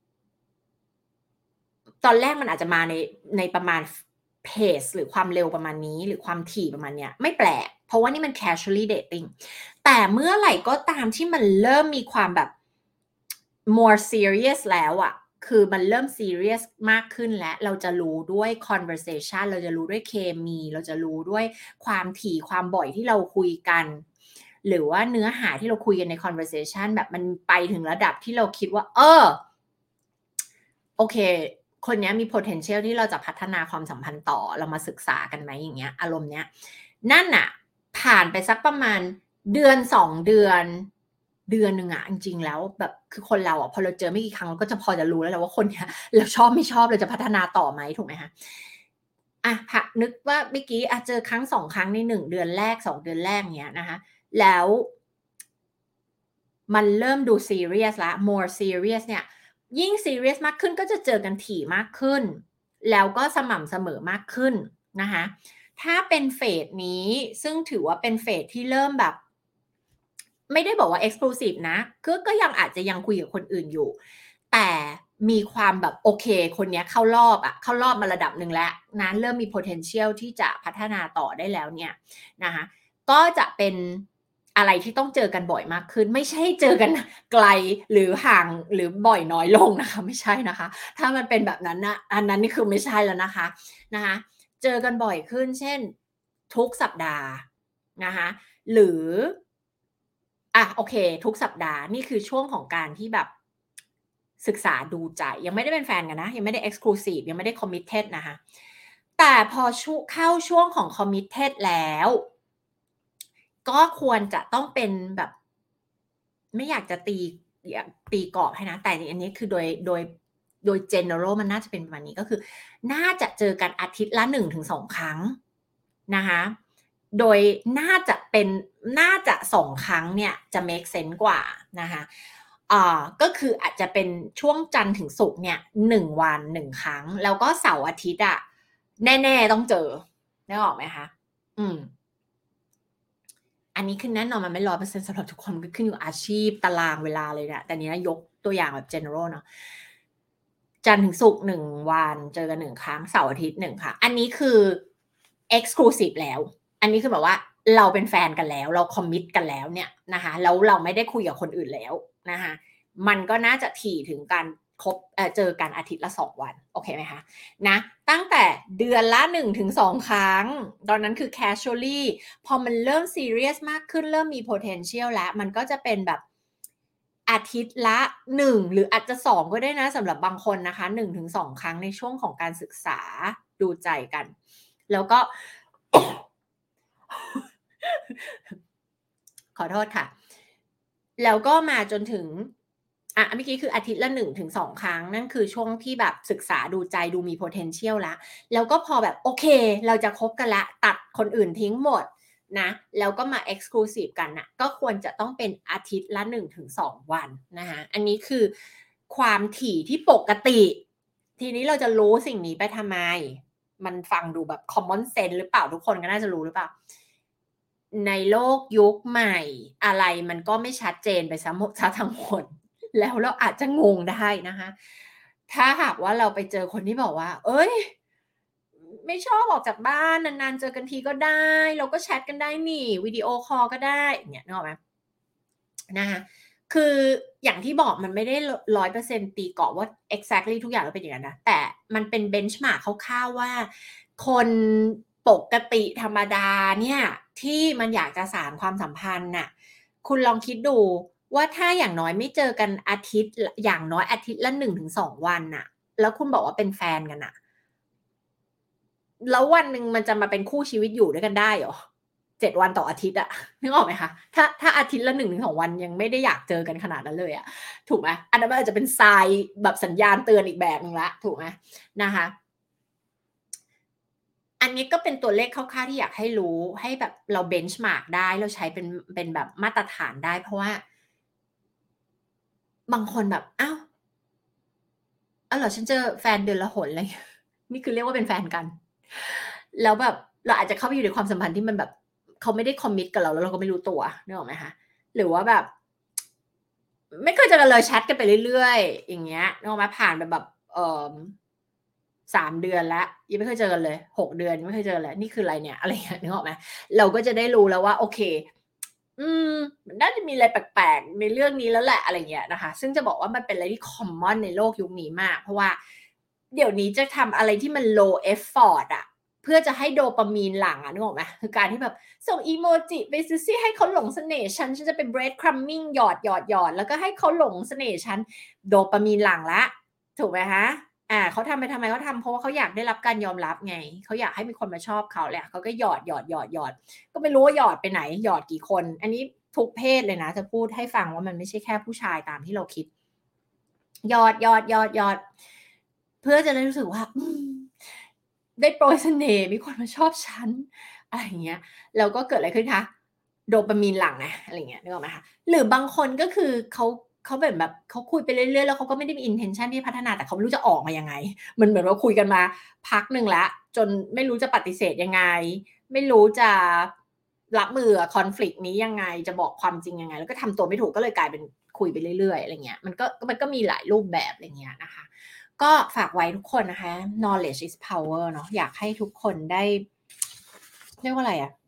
ตอนแรกมันอาจจะมาในประมาณpace หรือความเร็วประมาณนี้หรือความถี่ประมาณเนี้ยไม่แปลกเพราะว่านี่มัน casually dating แต่เมื่อไหร่ก็ตามที่มันเริ่มมีความแบบ more serious แล้วอะคือมันเริ่ม serious มากขึ้นแล้วเราจะรู้ด้วย conversation เราจะรู้ด้วยเคมีเราจะรู้ด้วยความถี่ความบ่อยที่เราคุยกันหรือว่าเนื้อหาที่เราคุยกันใน conversation แบบมันไปถึงระดับที่เราคิดว่าโอเคคนนี้มี potential ที่เราจะพัฒนาความสัมพันธ์ต่อเรามาศึกษากันไหมอย่างเงี้ยอารมณ์เนี้ยนั่นน่ะผ่านไปสักประมาณ1-2 เดือนเดือนหนึ่งอะจริงๆแล้วแบบคือคนเราอะพอเราเจอไม่กี่ครั้งเราก็จะพอจะรู้แล้วแหละว่าคนเนี้ยเราชอบไม่ชอบเราจะพัฒนาต่อไหมถูกไหมคะนึกว่าเมื่อกี้เจอครั้ง2ครั้งใน1เดือนแรก2เดือนแรกเงี้ยนะคะแล้วมันเริ่มดูซีเรียสแล้ว more serious เนี่ยยิ่งซีเรียสมากขึ้นก็จะเจอกันถี่มากขึ้นแล้วก็สม่ำเสมอมากขึ้นนะคะถ้าเป็นเฟสนี้ซึ่งถือว่าเป็นเฟสที่เริ่มแบบไม่ได้บอกว่า exclusive นะก็ยังอาจจะยังคุยกับคนอื่นอยู่แต่มีความแบบโอเคคนนี้เข้ารอบมาระดับหนึ่งแล้วนะเริ่มมี potential ที่จะพัฒนาต่อได้แล้วเนี่ยนะคะก็จะเป็นอะไรที่ต้องเจอกันบ่อยมากขึ้นไม่ใช่เจอกันไกลหรือห่างหรือบ่อยน้อยลงนะคะไม่ใช่นะคะถ้ามันเป็นแบบนั้นนะอันนั้นนี่คือไม่ใช่แล้วนะคะเจอกันบ่อยขึ้นเช่นทุกสัปดาห์นะคะหรือโอเคทุกสัปดาห์นี่คือช่วงของการที่แบบศึกษาดูใจยังไม่ได้เป็นแฟนกันนะยังไม่ได้ exclusive ยังไม่ได้ committed นะคะแต่พอเข้าช่วงของ committed แล้วก็ควรจะต้องเป็นแบบไม่อยากจะตีกรอบให้นะแต่อันนี้คือโดย general มันน่าจะเป็นประมาณนี้ก็คือน่าจะเจอกันอาทิตย์ละ 1-2 ครั้งนะคะโดยน่าจะ2ครั้งเนี่ยจะ make sense กว่านะคะก็คืออาจจะเป็นช่วงจันทร์ถึงศุกร์เนี่ย1วัน1ครั้งแล้วก็เสาร์อาทิตย์แน่ๆต้องเจอนึกออกไหมคะอันนี้คือแน่นอนมันไม่ 100% สำหรับทุกคนมันก็ขึ้นอยู่อาชีพตารางเวลาเลยเนี่ยแต่นี้ยกตัวอย่างแบบ general เนาะจันทร์ถึงศุกร์1วันเจอกัน1ครั้งเสาร์อาทิตย์1ครั้งอันนี้คือ exclusive แล้วอันนี้คือแบบว่าเราเป็นแฟนกันแล้วเรา commit กันแล้วเนี่ยนะคะแล้วเราไม่ได้คุยกับคนอื่นแล้วนะคะมันก็น่าจะถี่ถึงการเจอกันอาทิตย์ละ2วันโอเคไหมคะนะตั้งแต่เดือนละ 1-2 ครั้งตอนนั้นคือ casually พอมันเริ่ม serious มากขึ้นเริ่มมี potential แล้วมันก็จะเป็นแบบอาทิตย์ละ1หรืออาจจะ2ก็ได้นะสำหรับบางคนนะคะ 1-2 ครั้งในช่วงของการศึกษาดูใจกันแล้วก็ ขอโทษค่ะแล้วก็มาจนถึงเมื่อกี้คืออาทิตย์ละ1-2ครั้งนั่นคือช่วงที่แบบศึกษาดูใจดูมี potential แล้วก็พอแบบโอเคเราจะคบกันแล้วตัดคนอื่นทิ้งหมดนะแล้วก็มา exclusive กันน่ะก็ควรจะต้องเป็นอาทิตย์ละ1-2วันนะคะอันนี้คือความถี่ที่ปกติทีนี้เราจะรู้สิ่งนี้ไปทำไมมันฟังดูแบบ common sense หรือเปล่าทุกคนก็น่าจะรู้หรือเปล่าในโลกยุคใหม่อะไรมันก็ไม่ชัดเจนไปซะทั้งหมดแล้วเราอาจจะงงได้นะคะถ้าหากว่าเราไปเจอคนที่บอกว่าเอ้ยไม่ชอบออกจากบ้านนานๆเจอกันทีก็ได้เราก็แชตกันได้นี่วิดีโอคอลก็ได้อย่างเงี้ยนึกออกไหมนะคะคืออย่างที่บอกมันไม่ได้100%ตีกรอบว่า exactly ทุกอย่างแล้วเป็นอย่างนั้นนะแต่มันเป็น benchmark คร่าวๆว่าคนปกติธรรมดาเนี่ยที่มันอยากจะสานความสัมพันธ์น่ะคุณลองคิดดูว่าถ้าอย่างน้อยไม่เจอกันอาทิตย์อย่างน้อยอาทิตย์ละ1-2วันน่ะแล้วคุณบอกว่าเป็นแฟนกันน่ะแล้ววันหนึ่งมันจะมาเป็นคู่ชีวิตอยู่ด้วยกันได้เหรอ7วันต่ออาทิตย์อะนึกออกไหมคะถ้าอาทิตย์ละ1-2วันยังไม่ได้อยากเจอกันขนาดนั้นเลยอะถูกไหมอันนั้นมันอาจจะเป็น sign แบบสัญญาณเตือนอีกแบบหนึ่งแล้วถูกไหมนะคะอันนี้ก็เป็นตัวเลขคร่าวๆที่อยากให้รู้ให้แบบเรา benchmark ได้เราใช้เป็นแบบมาตรฐานได้เพราะว่าบางคนแบบอ้าวเหรอฉันเจอแฟนเดือนละหนอะไรเงี้ยนี่คือเรียกว่าเป็นแฟนกันแล้วแบบเราอาจจะเข้าไปอยู่ในความสัมพันธ์ที่มันแบบเขาไม่ได้ commit กับเราแล้วเราก็ไม่รู้ตัวนึกออกไหมคะหรือว่าแบบไม่เคยเจอกันเลยแชตกันไปเรื่อยๆอย่างเงี้ยนึกออกไหมผ่านไปแบบ3เดือนแล้วยังไม่เคยเจอกันเลย6เดือนยังไม่เคยเจอกันเลยนี่คืออะไรเนี่ยอะไรอย่างเงี้ยนึกออกไหมเราก็จะได้รู้แล้วว่าโอเคมันน่าจะมีอะไรแปลกๆในเรื่องนี้แล้วแหละอะไรอย่างเงี้ยนะคะซึ่งจะบอกว่ามันเป็นอะไรที่ common ในโลกยุคนี้มากเพราะว่าเดี๋ยวนี้จะทำอะไรที่มัน low effort อะเพื่อจะให้โดปามีนหลั่งอะนึกออกไหมคือการที่แบบส่งอีโมจิไปซิให้เขาหลงเสน่ห์ฉันจะเป็น bread crumbing หยอดแล้วก็ให้เขาหลงเสน่ห์ฉันโดปามีนหลั่งแล้วถูกไหมคะเขาทำไปทำไมเขาทำเพราะว่าเขาอยากได้รับการยอมรับไงเขาอยากให้มีคนมาชอบเขาแหละเขาก็หยอดก็ไม่รู้ว่าหยอดไปไหนหยอดกี่คนอันนี้ทุกเพศเลยนะจะพูดให้ฟังว่ามันไม่ใช่แค่ผู้ชายตามที่เราคิดยอดเพื่อจะได้รู้สึกว่าได้โปรยเสน่ห์มีคนมาชอบฉันอะไรอย่างเงี้ยแล้วก็เกิดอะไรขึ้นคะโดปามีนหลั่งไงอะไรอย่างเงี้ยนึกออกไหมคะหรือบางคนก็คือเขาแบบเขาคุยไปเรื่อยๆแล้วเขาก็ไม่ได้มี intention ที่พัฒนาแต่เขาไม่รู้จะออกมายังไงมันเหมือนว่าคุยกันมาพักหนึ่งแล้วจนไม่รู้จะปฏิเสธยังไงไม่รู้จะรับมือกับ conflict นี้ยังไงจะบอกความจริงยังไงแล้วก็ทำตัวไม่ถูกก็เลยกลายเป็นคุยไปเรื่อยๆอะไรเงี้ยมันก็มีหลายรูปแบบอะไรเงี้ยนะคะก็ฝากไว้ทุกคนนะคะ knowledge is power เนาะอยากให้ทุกคนได้เรียกว่าอะไรอะ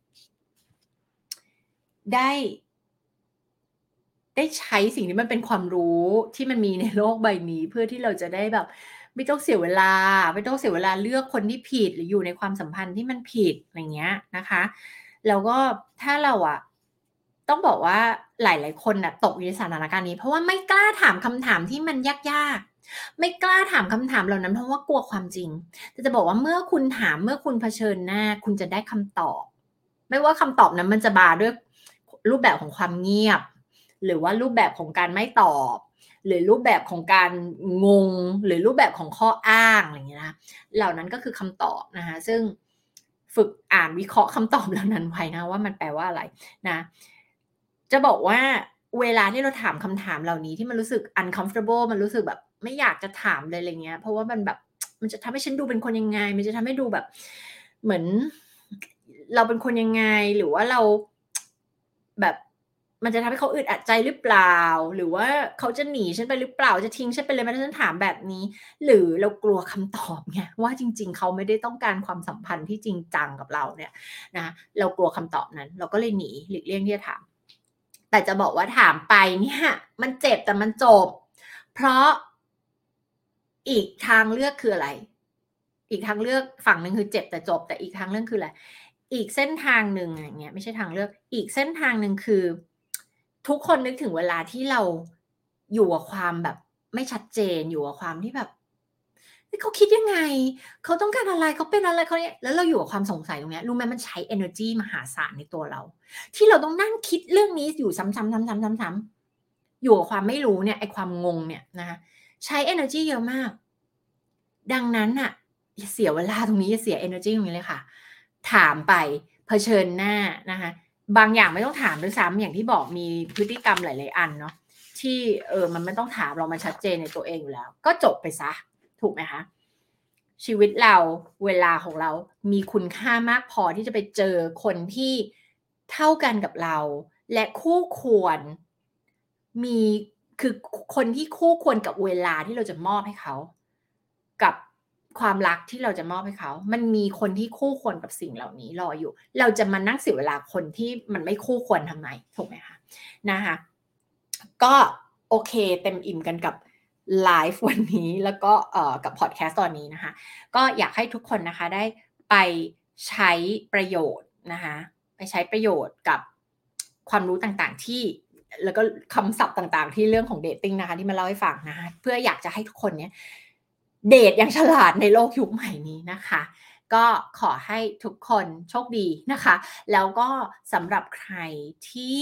ได้ใช้สิ่งที่มันเป็นความรู้ที่มันมีในโลกใบนี้เพื่อที่เราจะได้แบบไม่ต้องเสียเวลาไม่ต้องเสียเวลาเลือกคนที่ผิดหรืออยู่ในความสัมพันธ์ที่มันผิดอะไรเงี้ยนะคะแล้วก็ถ้าเราอะต้องบอกว่าหลายๆคนน่ะตกอยู่ในสถานการณ์นี้เพราะว่าไม่กล้าถามคำถามที่มันยากๆไม่กล้าถามคำถามเหล่านั้นเพราะว่ากลัวความจริงแต่จะบอกว่าเมื่อคุณถามเมื่อคุณเผชิญหน้าคุณจะได้คำตอบไม่ว่าคำตอบนั้นมันจะมาด้วยรูปแบบของความเงียบ หรือว่ารูปแบบของการไม่ตอบหรือรูปแบบของการงงหรือรูปแบบของข้ออ้างอะไรอย่างเงี้ยนะเหล่านั้นก็คือคำตอบนะคะซึ่งฝึกอ่านวิเคราะห์คำตอบเหล่านั้นไว้นะว่ามันแปลว่าอะไรนะจะบอกว่าเวลาที่เราถามคำถามเหล่านี้ที่มันรู้สึก uncomfortable มันรู้สึกแบบไม่อยากจะถามเลยอะไรเงี้ยเพราะว่ามันแบบมันจะทำให้ฉันดูเป็นคนยังไงมันจะทำให้ดูแบบเหมือนเราเป็นคนยังไงหรือว่าเราแบบมันจะทำให้เขาอึดอัดใจหรือเปล่าหรือว่าเขาจะหนีฉันไปหรือเปล่าจะทิ้งฉันไปเลยไหมถ้าฉันถามแบบนี้หรือเรากลัวคำตอบไงว่าจริงๆเขาไม่ได้ต้องการความสัมพันธ์ที่จริงจังกับเราเนี่ยนะเรากลัวคำตอบนั้นเราก็เลยหนีหลีกเลี่ยงที่จะถามแต่จะบอกว่าถามไปเนี่ยมันเจ็บแต่มันจบเพราะอีกทางเลือกคืออะไรอีกทางเลือกฝั่งหนึ่งคือเจ็บแต่จบแต่อีกทางเลือกคืออะไรอีกเส้นทางหนึ่งอย่างเงี้ยไม่ใช่ทางเลือกอีกเส้นทางหนึ่งคือทุกคนนึกถึงเวลาที่เราอยู่กับความแบบไม่ชัดเจนอยู่กับความที่แบบเขาคิดยังไงเขาต้องการอะไรเขาเป็นอะไรเขาเนี่ยแล้วเราอยู่กับความสงสัยตรงเนี้ยรู้ไหมมันใช้เอเนอร์จีมหาศาลในตัวเราที่เราต้องนั่งคิดเรื่องนี้อยู่ซ้ำๆๆๆๆๆอยู่กับความไม่รู้เนี่ยไอ้ความงงเนี่ยนะคะใช้เอเนอร์จีเยอะมาก ดังนั้นน่ะอย่าเสียเวลาตรงนี้อย่าเสียเอเนอร์จีตรงนี้เลยค่ะถามไปเผชิญหน้านะคะบางอย่างไม่ต้องถามด้วยซ้ำอย่างที่บอกมีพฤติกรรมหลายๆอันเนาะที่มันไม่ต้องถามหรอกมันชัดเจนในตัวเองอยู่แล้วก็จบไปเสียถูกไหมคะชีวิตเราเวลาของเรามีคุณค่ามากพอที่จะไปเจอคนที่เท่ากันกับเราและคู่ควรมีคือคนที่คู่ควรกับเวลาที่เราจะมอบให้เขากับความรักที่เราจะมอบให้เขามันมีคนที่คู่ควรกับสิ่งเหล่านี้รออยู่เราจะมานั่งเสียเวลาคนที่มันไม่คู่ควรทำไมถูกไหมคะนะคะก็โอเคเต็มอิ่มกันกับไลฟ์วันนี้แล้วก็กับพอดแคสต์ตอนนี้นะคะก็อยากให้ทุกคนนะคะได้ไปใช้ประโยชน์นะคะไปใช้ประโยชน์กับความรู้ต่างๆที่แล้วก็คำศัพท์ต่างๆที่เรื่องของ dating นะคะที่มาเล่าให้ฟังนะคะเพื่ออยากจะให้ทุกคนเนี่ยเดตอย่างฉลาดในโลกยุคใหม่นี้นะคะก็ขอให้ทุกคนโชคดีนะคะแล้วก็สำหรับใครที่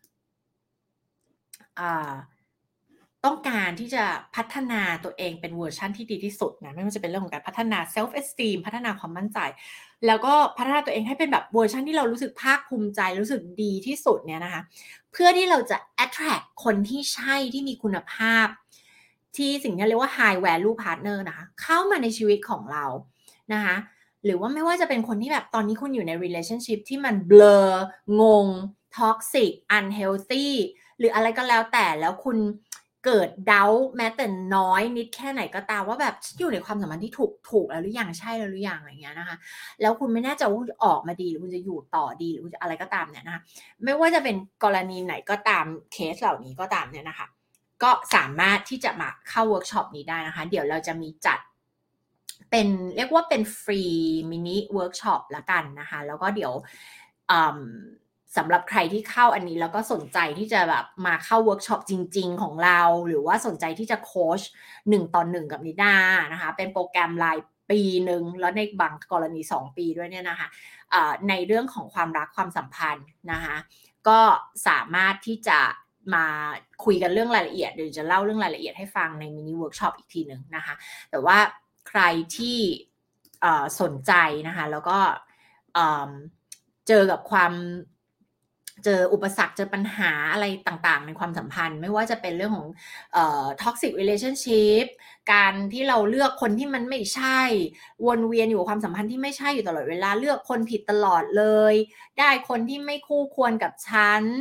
อ่าต้องการที่จะพัฒนาตัวเองเป็นเวอร์ชันที่ดีที่สุดนะไม่ว่าจะเป็นเรื่องของการพัฒนา self esteem พัฒนาความมั่นใจแล้วก็พัฒนาตัวเองให้เป็นแบบเวอร์ชันที่เรารู้สึกภาคภูมิใจรู้สึกดีที่สุดเนี่ยนะคะเพื่อที่เราจะ attract คนที่ใช่ที่มีคุณภาพที่สิ่งที่เรียกว่า high value partner นะคะเข้ามาในชีวิตของเรานะคะหรือว่าไม่ว่าจะเป็นคนที่แบบตอนนี้คุณอยู่ใน relationship ที่มันเบลองง toxic unhealthy หรืออะไรก็แล้วแต่แล้วคุณเกิด doubt แม้แต่น้อยนิดแค่ไหนก็ตามว่าแบบฉันอยู่ในความสัมพันธ์ที่ถูกแล้วหรือยังใช่แล้วหรือยังอะไรอย่างเงี้ยนะคะแล้วคุณไม่แน่ใจว่าคุณจะออกมาดีหรือคุณจะอยู่ต่อดีหรือคุณจะอะไรก็ตามเนี่ยนะคะไม่ว่าจะเป็นกรณีไหนก็ตามเคสเหล่านี้ก็ตามเนี่ยนะคะก็สามารถที่จะมาเข้าเวิร์กช็อปนี้ได้นะคะเดี๋ยวเราจะมีจัดเป็นเรียกว่าเป็นฟรีมินิเวิร์กช็อปละกันนะคะแล้วก็เดี๋ยวสำหรับใครที่เข้าอันนี้แล้วก็สนใจที่จะแบบมาเข้าเวิร์กช็อปจริงๆของเราหรือว่าสนใจที่จะโคช1 ต่อ 1กับนิดานะคะเป็นโปรแกรมรายปีหนึ่งแล้วในบางกรณี2ปีด้วยเนี่ยนะคะในเรื่องของความรักความสัมพันธ์นะคะก็สามารถที่จะมาคุยกันเรื่องรายละเอียดเดี๋ยวจะเล่าเรื่องรายละเอียดให้ฟังในมินิเวิร์กช็อปอีกทีหนึ่งนะคะแต่ว่าใครที่สนใจนะคะแล้วก็เจอกับเจออุปสรรคเจอปัญหาอะไรต่างๆในความสัมพันธ์ไม่ว่าจะเป็นเรื่องของtoxic relationship การที่เราเลือกคนที่มันไม่ใช่วนเวียนอยู่กับความสัมพันธ์ที่ไม่ใช่อยู่ตลอดเวลาเลือกคนผิดตลอดเลยได้คนที่ไม่คู่ควรกับฉัน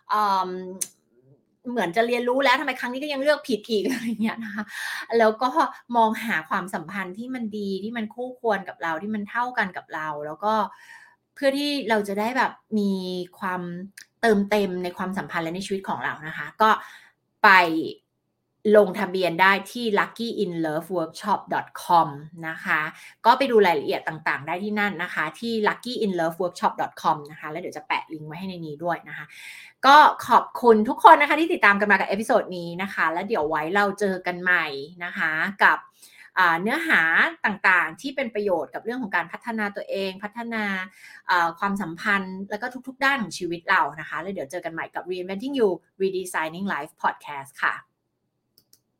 เหมือนจะเรียนรู้แล้วทำไมครั้งนี้ก็ยังเลือกผิดอีกอะไรเงี้ยนะคะแล้วก็มองหาความสัมพันธ์ที่มันดีที่มันคู่ควรกับเราที่มันเท่ากันกับเราแล้วก็เพื่อที่เราจะได้แบบมีความเติมเต็มในความสัมพันธ์และในชีวิตของเรานะคะก็ไปลงทะเบียนได้ที่ luckyinloveworkshop.com นะคะก็ไปดูรายละเอียดต่างๆได้ที่นั่นนะคะที่ luckyinloveworkshop.com นะคะแล้วเดี๋ยวจะแปะลิงก์ไว้ให้ในนี้ด้วยนะคะก็ขอบคุณทุกคนนะคะที่ติดตามกันมากับเอพิโซดนี้นะคะแล้วเดี๋ยวไว้เราเจอกันใหม่นะคะกับเนื้อหาต่างๆที่เป็นประโยชน์กับเรื่องของการพัฒนาตัวเองพัฒนาความสัมพันธ์แล้วก็ทุกๆด้านของชีวิตเรานะคะแล้วเดี๋ยวเจอกันใหม่กับ Reinventing You Redesigning Life Podcast ค่ะ